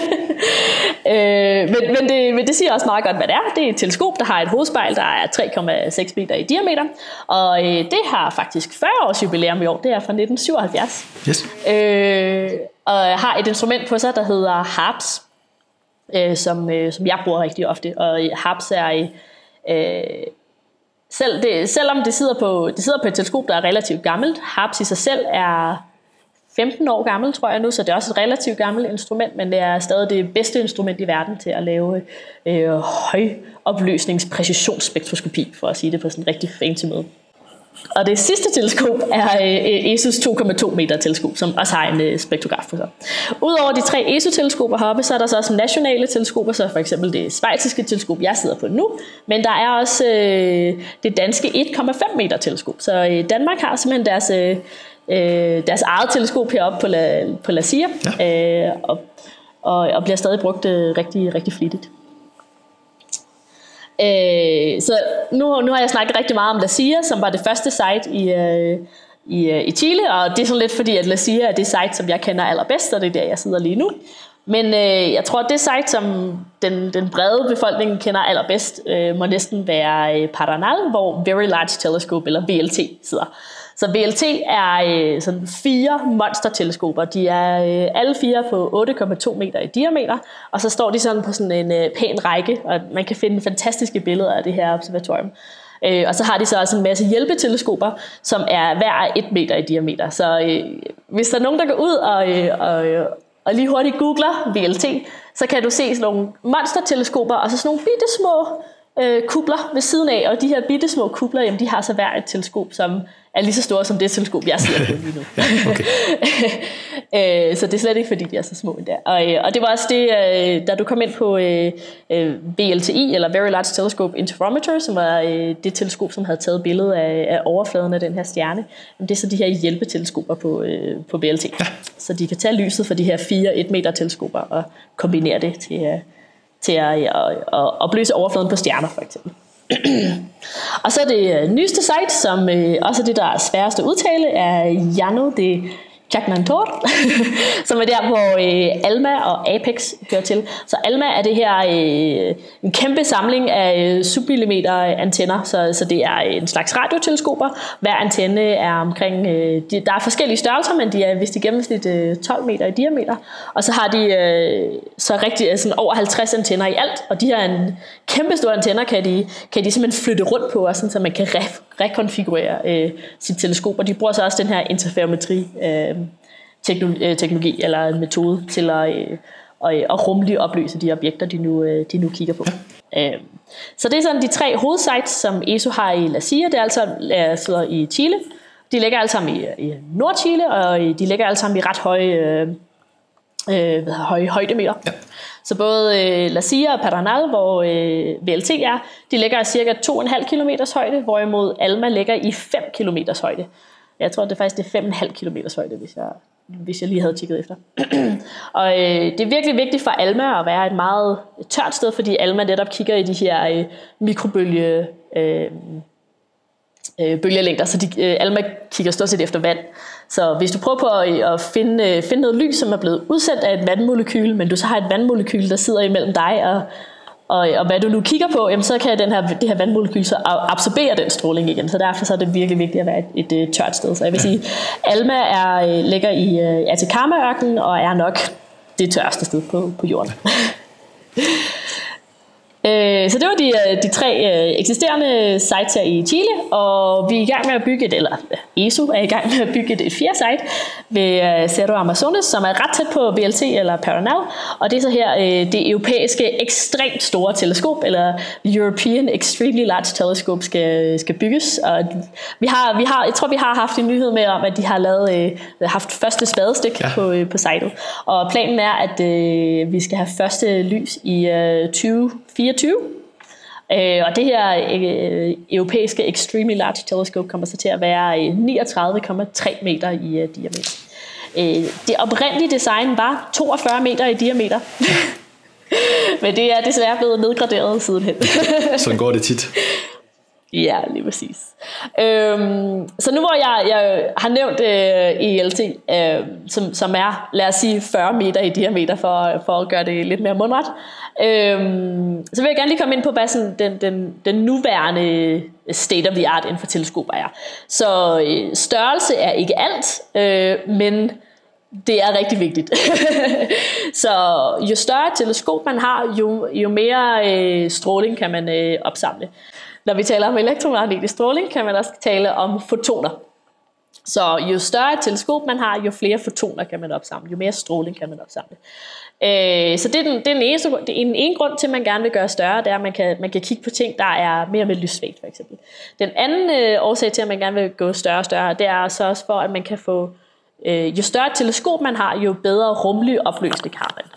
men det siger også meget godt, hvad det er. Det er et teleskop, der har et hovedspejl, der er 3,6 meter i diameter. Og det har faktisk 40 års jubilæum i år. Det er fra 1977. Yes. Og har et instrument på sig, der hedder HARPS, som jeg bruger rigtig ofte. Og HARPS er selvom det sidder på et teleskop, der er relativt gammelt. HARPS i sig selv er 15 år gammel, tror jeg nu, så det er også et relativt gammelt instrument, men det er stadig det bedste instrument i verden til at lave højopløsningspræcisionsspektroskopi, for at sige det på sådan en rigtig fancy måde. Og det sidste teleskop er ESOs 2,2 meter teleskop, som også har en spektrograf på sig. Udover de 3 ESO-teleskoper heroppe, så er der så også nationale teleskoper, så for eksempel det schweiziske teleskop, jeg sidder på nu, men der er også det danske 1,5 meter teleskop. Så Danmark har simpelthen deres eget teleskop heroppe på La Silla, og bliver stadig brugt rigtig, rigtig flittigt. Så nu har jeg snakket rigtig meget om La Silla, som var det første site i Chile, og det er sådan lidt fordi, at La Silla er det site, som jeg kender allerbedst, og det er der, jeg sidder lige nu. Men jeg tror, at det site, som den brede befolkning kender allerbedst, må næsten være Paranal, hvor Very Large Telescope, eller VLT, sidder. Så VLT er sådan 4 monsterteleskoper. De er alle 4 på 8,2 meter i diameter, og så står de sådan på sådan en pæn række, og man kan finde fantastiske billeder af det her observatorium. Og så har de så også en masse hjælpeteleskoper, som er hver 1 meter i diameter. Så hvis der er nogen, der går ud og lige hurtigt googler VLT, så kan du se sådan nogle monsterteleskoper, og så sådan nogle bitte små kubler ved siden af, og de her bitte små kubler, jamen, de har så hver et teleskop, som er lige så store som det teleskop, jeg sidder på lige nu. Ja, okay. Så det er slet ikke, fordi de er så små endda. Og det var også det, da du kom ind på VLTI, eller Very Large Telescope Interferometer, som var det teleskop, som havde taget billedet af overfladen af den her stjerne. Det er så de her hjælpeteleskoper på VLT. Ja. Så de kan tage lyset fra de her 4 1 meter teleskoper og kombinere det til at opløse overfladen på stjerner, for eksempel. Og så det nyeste site, som også er det, der er sværest at udtale, er Llano de Chacnantor, som er der, hvor ALMA og APEX hører til. Så ALMA er det her en kæmpe samling af submillimeter antenner, så det er en slags radioteleskoper. Hver antenne er omkring, der er forskellige størrelser, men de er vist i gennemsnit 12 meter i diameter. Og så har de så rigtig sådan over 50 antenner i alt, og de her kæmpe store antenner kan de simpelthen flytte rundt på, og sådan, så man kan rekonfigurere sit teleskop. Og de bruger så også den her interferometri teknologi eller metode til at rumligt opløse de objekter, de nu kigger på. Så det er sådan de 3 hovedsites, som ESO har i La Silla. Det er altså i Chile. De ligger alle sammen i Nord-Chile, og de ligger alle sammen i ret høje højdemeter. Ja. Så både La Silla og Paranal, hvor VLT er, de ligger i cirka 2,5 km højde, hvorimod ALMA ligger i 5 km højde. Jeg tror, det er faktisk 5,5 km højde, hvis jeg hvis jeg lige havde tjekket efter. Og det er virkelig vigtigt for ALMA at være et meget tørt sted, fordi ALMA netop kigger i de her mikrobølge bølgelængder, så ALMA kigger stort set efter vand. Så hvis du prøver på at finde noget lys, som er blevet udsendt af et vandmolekyl, men du så har et vandmolekyl, der sidder imellem dig og hvad du nu kigger på, jamen så kan det her vandmolekyl så absorbere den stråling igen. Så derfor så er det virkelig vigtigt at være et tørt sted. Så jeg vil sige, ALMA ligger i Atacama-ørkenen og er nok det tørste sted på jorden. Så det var de 3 eksisterende sites her i Chile, og vi er i gang med at bygge ESO er i gang med at bygge et 4. site ved Cerro Amazones, som er ret tæt på VLT eller Paranal, og det er så her det europæiske ekstremt store teleskop, eller European Extremely Large Telescope skal bygges. Og jeg tror vi har haft en nyhed med om, at de har haft første spadestik på sitet, og planen er, at vi skal have første lys i 2024. Og det her europæiske Extremely Large Telescope kommer så til at være 39,3 meter i diameter. Det oprindelige design var 42 meter i diameter. Men det er desværre blevet nedgraderet sidenhen. Sådan går det tit. Ja, lige præcis. Så nu hvor jeg har nævnt ELT, som er, lad os sige, 40 meter i diameter, for at gøre det lidt mere mundret, så vil jeg gerne lige komme ind på, hvad sådan den nuværende state of the art inden for teleskoper er. Så størrelse er ikke alt, men det er rigtig vigtigt. Så jo større teleskop man har, jo mere stråling kan man opsamle. Når vi taler om elektromagnetisk stråling, kan man også tale om fotoner. Så jo større teleskop man har, jo flere fotoner kan man opsamle, jo mere stråling kan man opsamle. Så det er den ene grund til, at man gerne vil gøre større, det er, at man kan kigge på ting, der er mere med lyssvagt, for eksempel. Den anden årsag til, at man gerne vil gå større og større, det er så også for, at man kan få, jo større teleskop man har, jo bedre rumlig opløsning har man.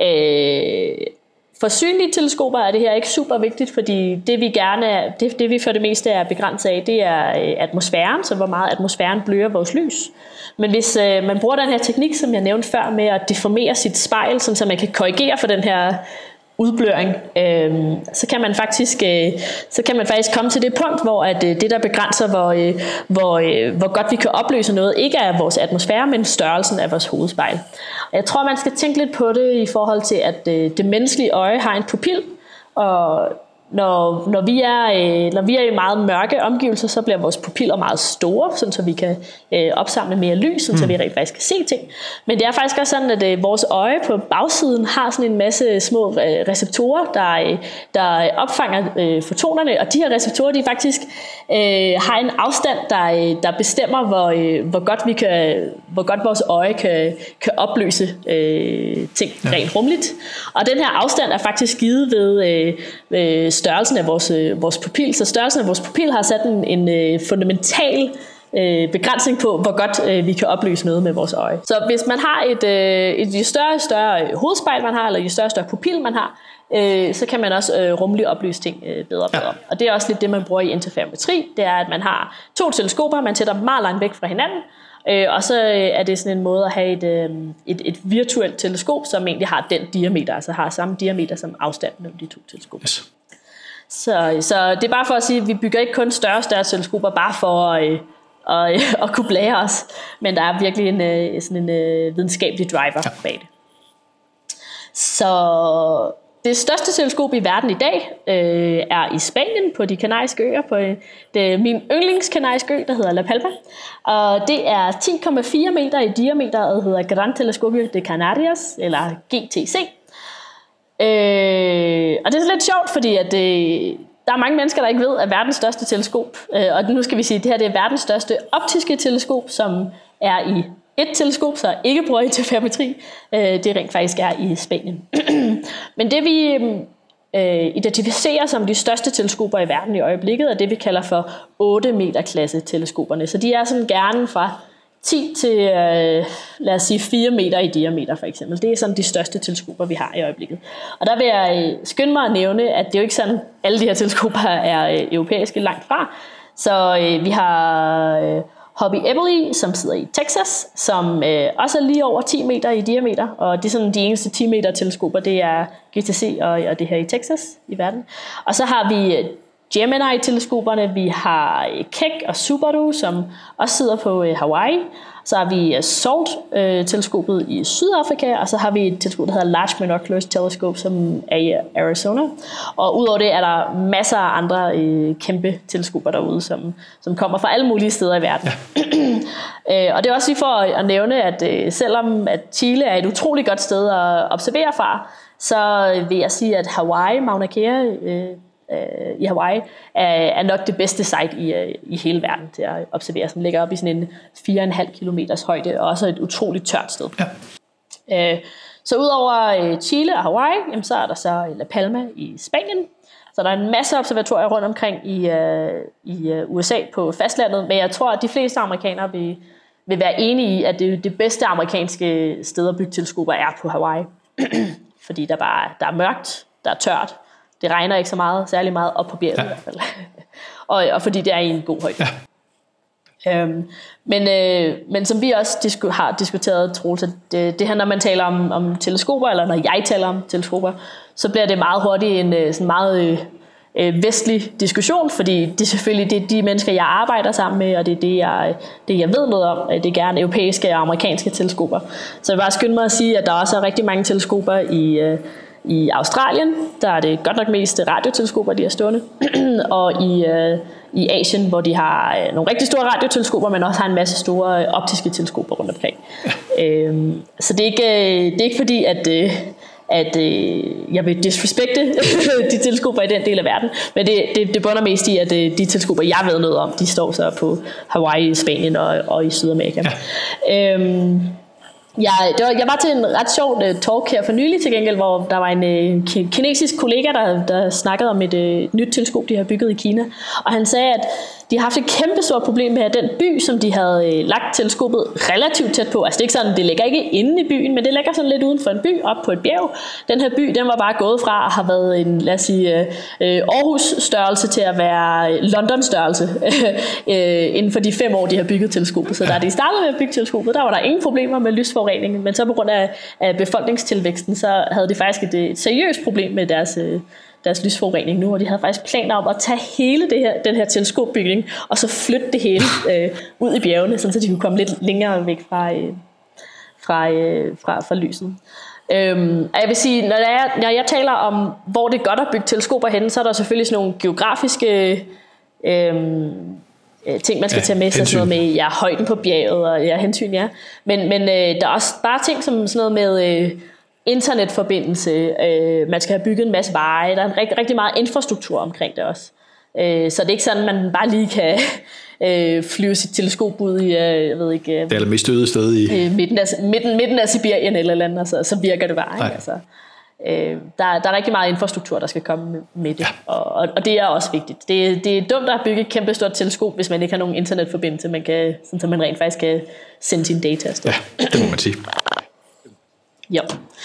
For synlige teleskoper er det her ikke super vigtigt, fordi det vi for det meste er begrænset af, det er atmosfæren, så hvor meget atmosfæren bløder vores lys. Men hvis man bruger den her teknik, som jeg nævnte før, med at deformere sit spejl, så man kan korrigere for den her udbløring, så kan man faktisk komme til det punkt, hvor at det der begrænser hvor godt vi kan opløse noget, ikke er vores atmosfære, men størrelsen af vores hovedspejl. Og jeg tror man skal tænke lidt på det i forhold til at det menneskelige øje har en pupil, og når vi er i meget mørke omgivelser, så bliver vores pupiller meget store, sådan så vi kan opsamle mere lys, sådan så vi rent faktisk kan se ting. Men det er faktisk også sådan, at vores øje på bagsiden har sådan en masse små receptorer, der opfanger fotonerne, og de her receptorer, de faktisk har en afstand, der bestemmer, hvor godt vores øje kan opløse ting rent rumligt. Og den her afstand er faktisk givet ved størrelsen af vores pupil. Så størrelsen af vores pupil har sat en fundamental begrænsning på, hvor godt vi kan opløse noget med vores øje. Så hvis man har jo større hovedspejl man har, eller jo større pupil man har, så kan man også rumligt oplyse ting bedre og bedre. Og det er også lidt det, man bruger i interferometri. Det er, at man har 2 teleskoper, man sætter meget langt væk fra hinanden, og så er det sådan en måde at have et virtuelt teleskop, som egentlig har den diameter, altså har samme diameter som afstand mellem de 2 teleskoper. Yes. Så det er bare for at sige, at vi bygger ikke kun større teleskoper bare for at kunne blære os, men der er virkelig sådan en videnskabelig driver bag det. Så det største teleskop i verden i dag er i Spanien på de Kanariske øer, på min yndlingskanariske ø, der hedder La Palma. Og det er 10,4 meter i diameter, og hedder Gran Telescopio de Canarias, eller GTC. Og det er lidt sjovt, fordi at der er mange mennesker, der ikke ved, at verdens største teleskop, og nu skal vi sige, at det her det er verdens største optiske teleskop, som er i et teleskop, så ikke bruger interferometri, det rent faktisk er i Spanien. Men det vi identificerer som de største teleskoper i verden i øjeblikket, er det vi kalder for 8 meter klasse teleskoperne. Så de er sådan gerne fra 10 til, lad os sige, 4 meter i diameter for eksempel. Det er sådan de største teleskoper, vi har i øjeblikket. Og der vil jeg skynde mig at nævne, at det er jo ikke sådan, alle de her teleskoper er europæiske langt fra. Så vi har Hobby Eberly, som sidder i Texas, som også er lige over 10 meter i diameter, og det er sådan de eneste 10 meter teleskoper, det er GTC og det her i Texas i verden. Og så har vi Gemini-teleskoperne, vi har Keck og Subaru, som også sidder på Hawaii. Så har vi SALT-teleskopet i Sydafrika, og så har vi et teleskop, der hedder Large Binoculars Telescope, som er i Arizona. Og udover det er der masser af andre kæmpe teleskoper derude, som kommer fra alle mulige steder i verden. Ja. Og det er også lige for at nævne, at selvom at Chile er et utroligt godt sted at observere fra, så vil jeg sige, at Hawaii, Mauna Kea, i Hawaii er nok det bedste site i hele verden til at observere, som ligger op i sådan en 4,5 kilometers højde, og også et utroligt tørt sted. Ja. Så udover Chile og Hawaii, jamen, så er der så La Palma i Spanien. Så der er en masse observatorier rundt omkring i USA på fastlandet, men jeg tror, at de fleste amerikanere vil være enige i, at det bedste amerikanske sted at bygge teleskoper er på Hawaii. Fordi der er mørkt, der er tørt, det regner ikke så meget, særlig meget op på bjerget i hvert fald. og fordi det er i en god højde. Ja. Men som vi også har diskuteret, Troels, at det her, når man taler om teleskoper, eller når jeg taler om teleskoper, så bliver det meget hurtigt en sådan meget vestlig diskussion, fordi det er selvfølgelig det er de mennesker, jeg arbejder sammen med, og det er det jeg ved noget om. Det er gerne europæiske og amerikanske teleskoper. Så jeg vil bare skynde mig at sige, at der også er rigtig mange teleskoper i Australien, der er det godt nok mest radioteleskoper, de er stående, og i Asien, hvor de har nogle rigtig store radioteleskoper, men også har en masse store optiske teleskoper rundt omkring. Så det er ikke fordi, at jeg vil disrespekte de teleskoper i den del af verden, men det bunder mest i, at de teleskoper, jeg ved noget om, de står så på Hawaii, Spanien og i Sydamerika. Ja. Jeg var til en ret sjov talk her for nylig til gengæld, hvor der var en kinesisk kollega, der snakkede om et nyt teleskop, de har bygget i Kina. Og han sagde, at de har haft et kæmpe stort problem med, at den by, som de havde lagt teleskopet relativt tæt på, altså det er ikke sådan, det ligger ikke inde i byen, men det ligger sådan lidt uden for en by, op på et bjerg. Den her by, den var bare gået fra at have været en, lad os sige, Aarhus-størrelse til at være London-størrelse inden for de 5 år, de har bygget teleskopet. Så da de startede med at bygge teleskopet, der var der ingen problemer med lysforurening, men så på grund af befolkningstilvæksten, så havde de faktisk et seriøst problem med deres lysforurening nu, og de havde faktisk planer om at tage hele den her teleskopbygning, og så flytte det hele ud i bjergene, så de kunne komme lidt længere væk fra lyset. Og jeg vil sige, når jeg taler om, hvor det er godt at bygge teleskoper henne, så er der selvfølgelig sådan nogle geografiske ting, man skal tage med, så sådan noget med højden på bjerget og hensyn, ja. Men der er også bare ting som sådan noget med internetforbindelse, man skal have bygget en masse veje, der er rigtig meget infrastruktur omkring det også. Så det er ikke sådan, man bare lige kan flyve sit teleskop ud i, jeg ved ikke... det er det mest øde sted i... midten af Sibirien eller andet, så virker det bare. Altså, der er rigtig meget infrastruktur, der skal komme med det, ja. Og det er også vigtigt. Det er dumt at bygge et kæmpe stort teleskop, hvis man ikke har nogen internetforbindelse, så man rent faktisk kan sende sine data afsted. Ja, det må man sige. Ja.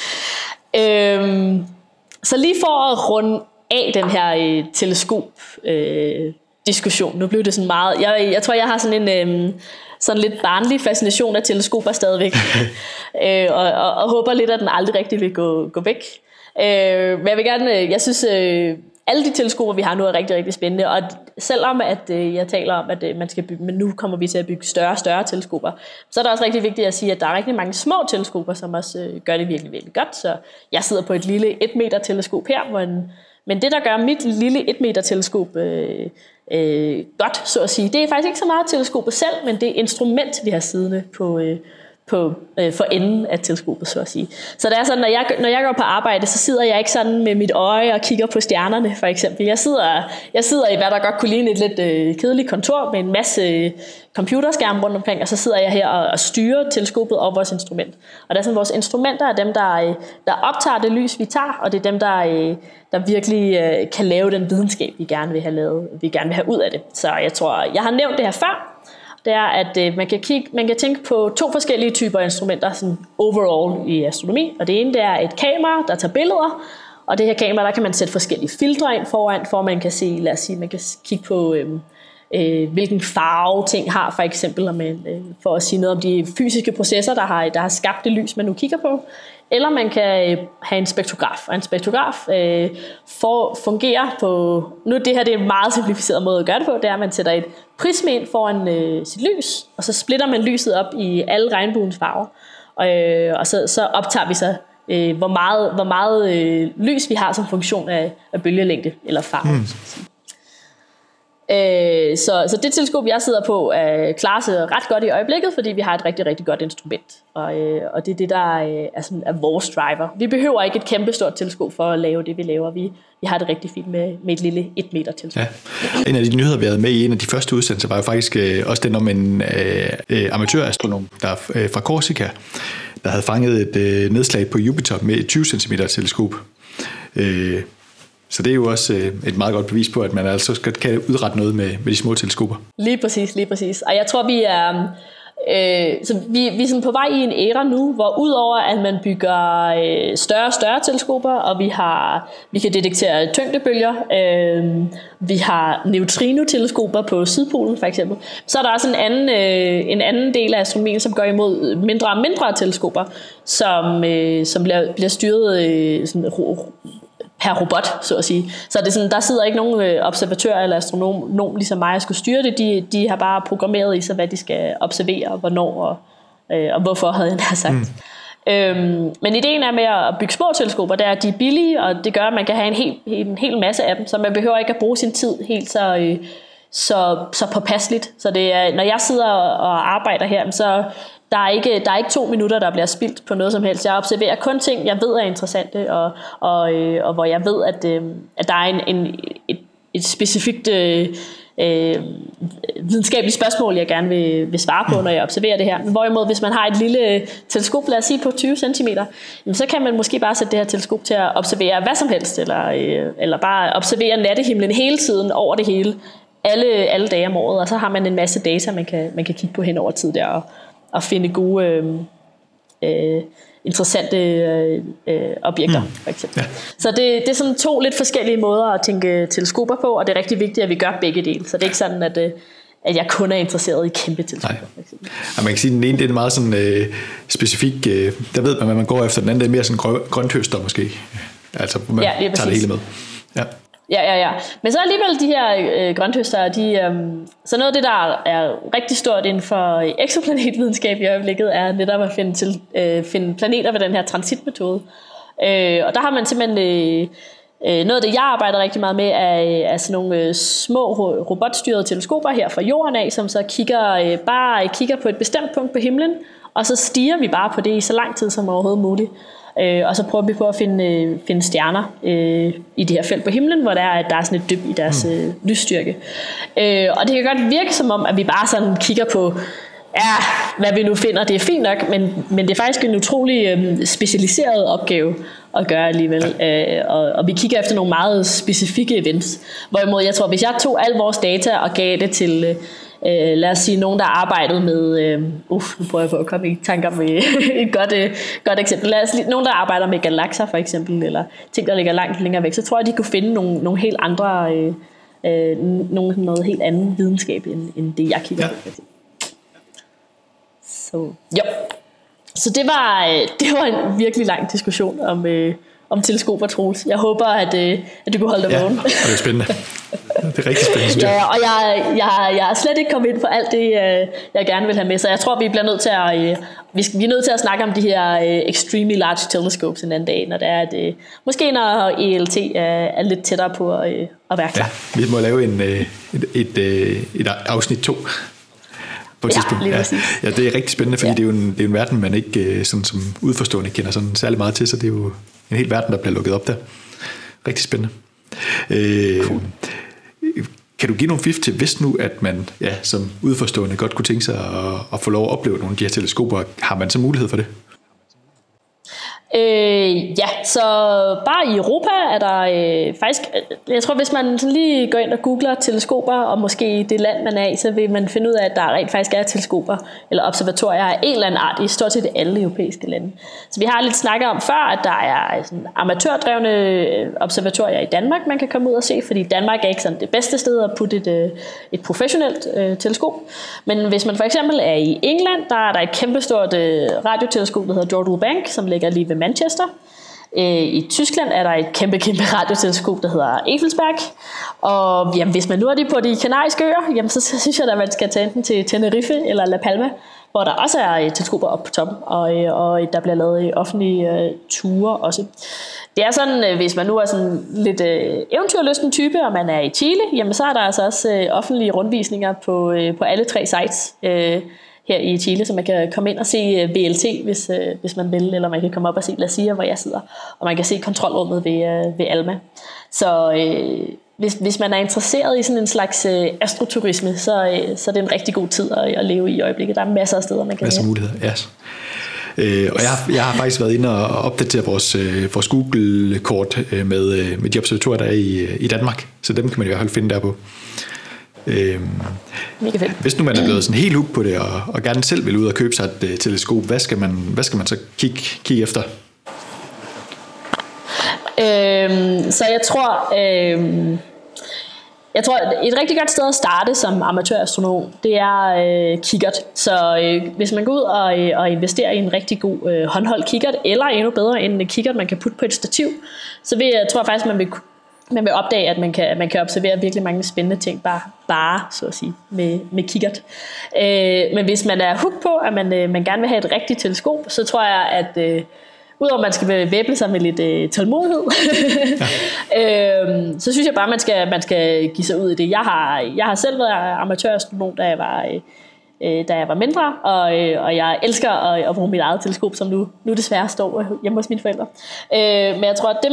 Så lige for at runde af den her teleskop diskussion. Nu blev det sådan meget. Jeg tror jeg har sådan en sådan lidt barnlig fascination af teleskoper stadigvæk, og håber lidt at den aldrig rigtig vil gå væk. Men jeg vil gerne. Jeg synes alle de teleskoper vi har nu er rigtig rigtig spændende, og selvom at jeg taler om at man skal bygge, men nu kommer vi til at bygge større og større teleskoper, så er det også rigtig vigtigt at sige, at der er rigtig mange små teleskoper, som også gør det virkelig virkelig godt. Så jeg sidder på et lille 1 meter teleskop her, men det der gør mit lille 1 meter teleskop godt, så at sige, det er faktisk ikke så meget teleskopet selv, men det er instrument vi har siddende for enden af teleskopet, så at sige. Så det er sådan, når jeg går på arbejde, så sidder jeg ikke sådan med mit øje og kigger på stjernerne, for eksempel. Jeg sidder i, hvad der godt kunne ligne et lidt kedeligt kontor med en masse computerskærme rundt omkring, og så sidder jeg her og styrer teleskopet og vores instrument. Og det er sådan, vores instrumenter er dem, der optager det lys, vi tager, og det er dem, der virkelig kan lave den videnskab, vi gerne vil have ud af det. Så jeg tror, jeg har nævnt det her før, det er, at man kan tænke på 2 forskellige typer instrumenter sådan overall i astronomi. Og det ene det er et kamera, der tager billeder, og det her kamera, der kan man sætte forskellige filtre ind foran, for man kan se, lad os sige, man kan kigge på hvilken farve ting har, for eksempel for at sige noget om de fysiske processer, der har skabt det lys, man nu kigger på. Eller man kan have en spektrograf, og en spektrograf fungerer på, nu det her det er en meget simplificeret måde at gøre det på, det er, at man sætter et prisme ind foran sit lys, og så splitter man lyset op i alle regnbuens farver, og så optager vi så, hvor meget lys vi har som funktion af bølgelængde eller farve. Så det teleskop, jeg sidder på, klarer sig ret godt i øjeblikket, fordi vi har et rigtig, rigtig godt instrument. Og det er det, der er vores driver. Vi behøver ikke et kæmpe stort teleskop for at lave det, vi laver. Vi har det rigtig fint med et lille 1 meter teleskop. Ja. En af de nyheder, vi havde med i en af de første udsendelser, var jo faktisk også den om en amatørastronom, der fra Korsika, der havde fanget et nedslag på Jupiter med et 20 cm teleskop. Så det er jo også et meget godt bevis på, at man altså kan udrette noget med de små teleskoper. Lige præcis. Og jeg tror, vi er vi er sådan på vej i en æra nu, hvor udover at man bygger større og større teleskoper, og vi kan detektere tyngdebølger, vi har neutrino-teleskoper på Sydpolen for eksempel, så er der også en anden del af astronomien, som går imod mindre og mindre teleskoper, som bliver styret sådan per robot, så at sige. Så det er sådan, der sidder ikke nogen observatør eller astronom ligesom mig, at skulle styre det. De har bare programmeret i sig, hvad de skal observere, og hvornår og hvorfor, havde jeg nær sagt. Men ideen er med at bygge små teleskoper, det er, at de er billige, og det gør, at man kan have en hel masse af dem, så man behøver ikke at bruge sin tid helt så påpasseligt. Så det er, når jeg sidder og arbejder her, så der er ikke 2 minutter, der bliver spildt på noget som helst. Jeg observerer kun ting, jeg ved er interessante, og hvor jeg ved, at der er et specifikt videnskabeligt spørgsmål, jeg gerne vil svare på, når jeg observerer det her. Hvorimod, hvis man har et lille teleskop, lad os sige på 20 cm, så kan man måske bare sætte det her teleskop til at observere hvad som helst, eller bare observere nattehimlen hele tiden over det hele, alle dage om året, og så har man en masse data, man kan kigge på hen over tid der, og finde gode, interessante objekter, for eksempel. Ja. Så det er sådan 2 lidt forskellige måder at tænke teleskoper på, og det er rigtig vigtigt, at vi gør begge dele. Så det er ikke sådan, at jeg kun er interesseret i kæmpe teleskoper. Ja, man kan sige, at den ene det er meget sådan, specifik, der ved man, hvad man går efter, den anden det er mere sådan grønthøster måske. Altså, man tager det hele med. Ja. Ja. Men så alligevel de her grønthøstere, så noget af det, der er rigtig stort inden for exoplanetvidenskab i øjeblikket, er netop at finde planeter ved den her transitmetode. Og der har man simpelthen noget af det, jeg arbejder rigtig meget med, er sådan nogle små robotstyrede teleskoper her fra jorden af, som så kigger på et bestemt punkt på himlen, og så stiger vi bare på det i så lang tid som overhovedet muligt. Og så prøver vi på at finde stjerner i det her felt på himlen, hvor der er sådan et dyb i deres lysstyrke. Og det kan godt virke som om, at vi bare sådan kigger på, hvad vi nu finder, det er fint nok, men det er faktisk en utrolig specialiseret opgave at gøre alligevel. Og vi kigger efter nogle meget specifikke events. Hvorimod jeg tror, hvis jeg tog al vores data og gav det til lad os sige nogen, der arbejdede med nu prøver jeg på at komme i tanker med et godt eksempel. Lad os sige nogen, der arbejder med galakser for eksempel, eller ting, der ligger langt længere væk, så tror jeg, de kunne finde nogle helt andre noget helt andet videnskab end det jeg kigger på. Så det var en virkelig lang diskussion om teleskoper, Troels. Jeg håber, at du kunne holde dig vågen. Ja, det er spændende. Det er rigtig spændende, synes jeg. Ja, og jeg er slet ikke kommet ind på alt det, jeg gerne vil have med. Så jeg tror, vi bliver nødt til vi er nødt til at snakke om de her extremely large telescopes en anden dag, når det er, at måske når ELT er lidt tættere på at være klar. Ja, vi må lave et afsnit 2. På et tidspunkt. Ja, det er rigtig spændende, fordi det er jo en verden, man ikke sådan som udforstående kender sådan særlig meget til, så det er jo en hel verden, der bliver lukket op der. Rigtig spændende. Cool. Kan du give nogle fif til, hvis nu, at man som udforstående godt kunne tænke sig at få lov at opleve nogle af de her teleskoper, har man så mulighed for det? Ja, så bare i Europa er der faktisk, jeg tror hvis man sådan lige går ind og googler teleskoper, og måske det land man er i, så vil man finde ud af, at der rent faktisk er teleskoper eller observatorier af en eller anden art i stort set alle europæiske lande. Så vi har lidt snakket om før, at der er sådan amatørdrevne observatorier i Danmark, man kan komme ud og se, fordi Danmark er ikke sådan det bedste sted at putte et professionelt teleskop. Men hvis man for eksempel er i England, der er der et kæmpestort radioteleskop, der hedder Jodrell Bank, som ligger lige ved Manchester. I Tyskland er der et kæmpe radioteleskop, der hedder Effelsberg. Og jamen, hvis man nu er på de kanariske øer, jamen, så synes jeg, at man skal tage enten til Tenerife eller La Palma, hvor der også er teleskoper oppe på toppen, og der bliver lavet offentlige ture også. Det er sådan, hvis man nu er sådan lidt eventyrlysten type, og man er i Chile, jamen, så er der altså også offentlige rundvisninger på alle 3 sites her i Chile, så man kan komme ind og se VLT, hvis man vil, eller man kan komme op og se La Silla, hvor jeg sidder, og man kan se kontrolrummet ved Alma. Så hvis man er interesseret i sådan en slags astroturisme, så er det en rigtig god tid at leve i øjeblikket. Der er masser af steder, man kan masser af muligheder, ja. Og jeg har faktisk været inde og opdatere vores Google-kort med de observatorier, der er i Danmark, så dem kan man i hvert fald finde derpå. Hvis nu man er blevet sådan helt hooked på det og gerne selv vil ud og købe sig et teleskop, hvad skal man så kigge efter? Så jeg tror et rigtig godt sted at starte som amatørastronom, det er kikkert. Så hvis man går ud og investerer i en rigtig god håndholdt kikkert, eller endnu bedre en kikkert, man kan putte på et stativ, så tror jeg faktisk, man vil opdage, at man kan observere virkelig mange spændende ting, bare så at sige, med kikkert. Men hvis man er hooked på, at man gerne vil have et rigtigt teleskop, så tror jeg, at udover at man skal bevæbne sig med lidt tålmodighed, så synes jeg bare, man skal give sig ud i det. Jeg har selv været amatørastronom, da jeg var mindre, og jeg elsker at bruge mit eget teleskop, som nu desværre står hjemme hos mine forældre. Men jeg tror, at det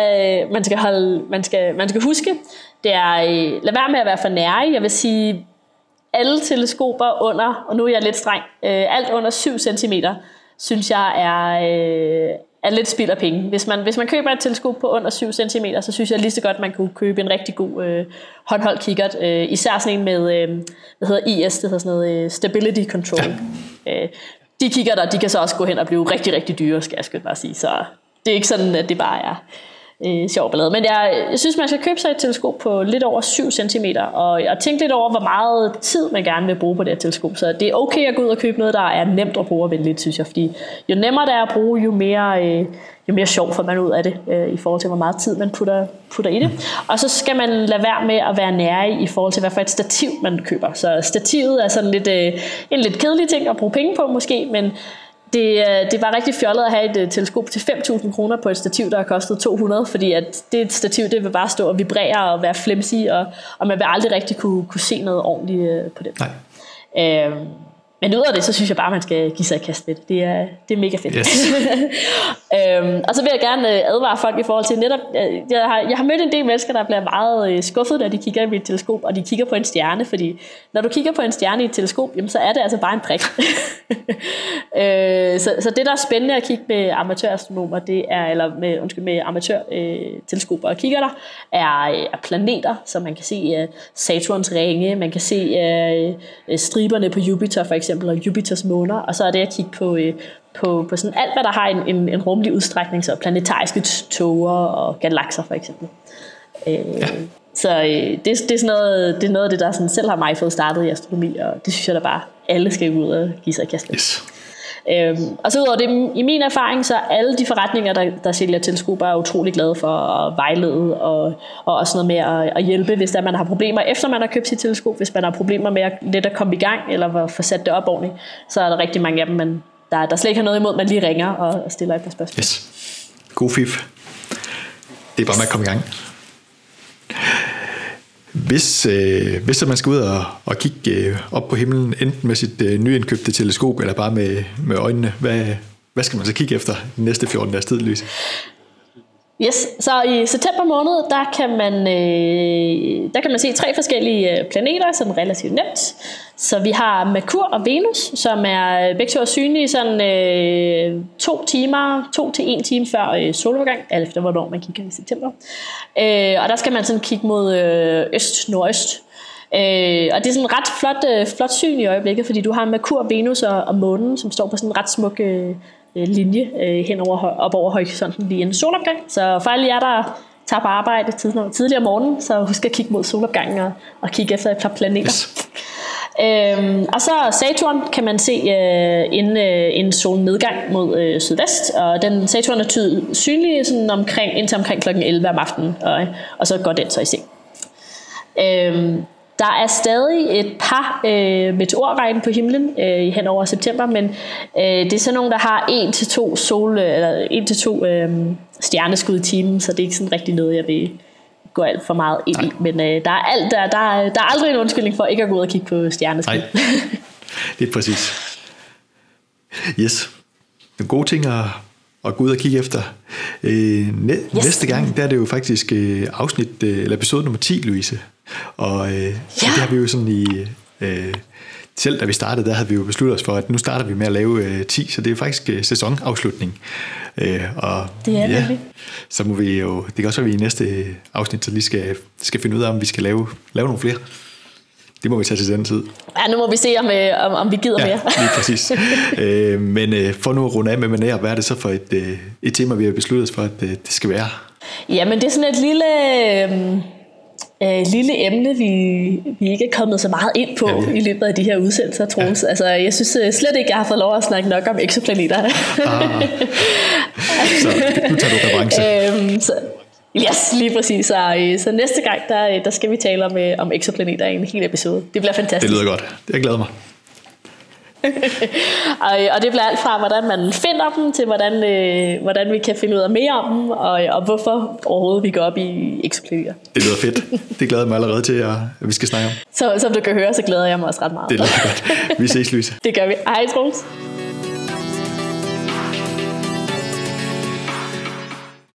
man skal huske, det er lad være med at være for nærig. Jeg vil sige, alle teleskoper under, og nu er jeg lidt streng, alt under 7 cm, synes jeg er lidt spild af penge. Hvis man køber et teleskop på under 7 cm, så synes jeg lige så godt, man kunne købe en rigtig god håndholdt kikkert. Især sådan en med, hvad hedder IS, det hedder sådan noget Stability Control. De kikkerter, de kan så også gå hen og blive rigtig, rigtig dyre, skal jeg bare sige. Så det er ikke sådan, at det bare er sjov ballade. Men jeg synes, man skal købe sig et teleskop på lidt over 7 cm, og tænke lidt over, hvor meget tid man gerne vil bruge på det her teleskop. Så det er okay at gå ud og købe noget, der er nemt at bruge og venligt, synes jeg. Fordi jo nemmere det er at bruge, jo mere sjov får man ud af det, i forhold til, hvor meget tid man putter i det. Og så skal man lade være med at være nærig i forhold til, hvad for et stativ man køber. Så stativet er sådan lidt, en lidt kedelig ting at bruge penge på måske, men det var rigtig fjollet at have et teleskop til 5.000 kroner på et stativ, der har kostet 200, fordi at det stativ, det vil bare stå og vibrere og være flimsy, og man vil aldrig rigtig kunne se noget ordentligt på det. Nej. Men ud af det, så synes jeg bare, man skal give sig et kast med det. Det er mega fedt. Yes. Og så vil jeg gerne advare folk i forhold til netop, jeg har mødt en del mennesker, der bliver meget skuffet, da de kigger i et teleskop, og de kigger på en stjerne, fordi når du kigger på en stjerne i et teleskop, jamen, så er det altså bare en prik. Så det, der er spændende at kigge med amatørastronomer, med amatørteleskoper og kigger der, er planeter, så man kan se Saturns ringe, man kan se striberne på Jupiter for eksempel, og Jupiters måner, og så er det at kigge på sådan alt, hvad der har en rummelig udstrækning, så planetariske tåger og galakser for eksempel. Så det er sådan noget, det er noget af det, der sådan selv har mig fået startet i astronomi, og det synes jeg da bare, alle skal ud og give sig et kast med. Yes. Og så udover det, i min erfaring, så alle de forretninger, der sælger teleskoper, er utrolig glade for at vejlede og også noget med at hjælpe, hvis man har problemer efter man har købt sit teleskop, hvis man har problemer med at komme i gang eller få sat det op ordentligt, så er der rigtig mange af dem, der slet ikke har noget imod, man lige ringer og stiller et par spørgsmål. Yes. God fif. Det er bare med at komme i gang. Hvis man skal ud og kigge op på himlen, enten med sit nyindkøbte teleskop, eller bare med øjnene, hvad skal man så kigge efter de næste 14 dages tid, Louise? Yes, så i september måned, der kan man se 3 forskellige planeter, som er relativt nemt. Så vi har Merkur og Venus, som er begge to synlige sådan 2 til 1 time før solopgang, alt efter hvornår man kigger i september. Og der skal man sådan kigge mod nordøst. Og det er sådan ret flot syn i øjeblikket, fordi du har Merkur, Venus og månen, som står på sådan en ret smuk linje op over horisonten lige inden solopgang. Så for alle jer, der tager på arbejde tidligere om morgenen, så husk at kigge mod solopgangen og kigge efter et par planeter. Yes. Og så Saturn kan man se en solnedgang mod sydvest, og den Saturn er synlig sådan indtil omkring kl. 11 om aftenen, og så går den så i seng. Der er stadig et par meteorregn på himlen hen over september, men det er sådan nogle, der har 1-2 stjerneskud i timen, så det er ikke sådan rigtig noget, jeg vil gå alt for meget ind i. Men der er aldrig en undskyldning for ikke at gå ud og kigge på stjerneskud. Nej, det er præcis. Yes. En god ting at gå ud og kigge efter. Næste gang, der er det jo faktisk afsnit eller episode nummer 10, Louise. Og det har vi jo sådan i selv da vi startede, der havde vi jo besluttet os for, at nu starter vi med at lave 10, så det er faktisk sæsonafslutning. Og det er det. Så må vi jo, det kan også være, at vi i næste afsnit så lige skal finde ud af, om vi skal lave nogle flere. Det må vi tage til den tid. Ja, nu må vi se, om vi gider mere. Lige præcis. Men for nu at runde af med manér, hvad er det så for et tema, vi har besluttet os for, at det skal være? Jamen, det er sådan et lille emne, vi ikke er kommet så meget ind på i løbet af de her udsendelser, Troels. Ja. Altså, jeg synes slet ikke, jeg har fået lov at snakke nok om eksoplaneter. Så nu tager du reference. Yes, lige præcis. Så næste gang, der skal vi tale om eksoplaneter i en hel episode. Det bliver fantastisk. Det lyder godt. Jeg glæder mig. Og det bliver alt fra, hvordan man finder dem, til hvordan vi kan finde ud af mere om dem, og hvorfor overhovedet vi går op i eksoplaneter. Det lyder fedt. Det glæder jeg mig allerede til, at vi skal snakke om. Så som du kan høre, så glæder jeg mig også ret meget. Det lyder godt. Vi ses, Louise. Det gør vi. Hej, Troels.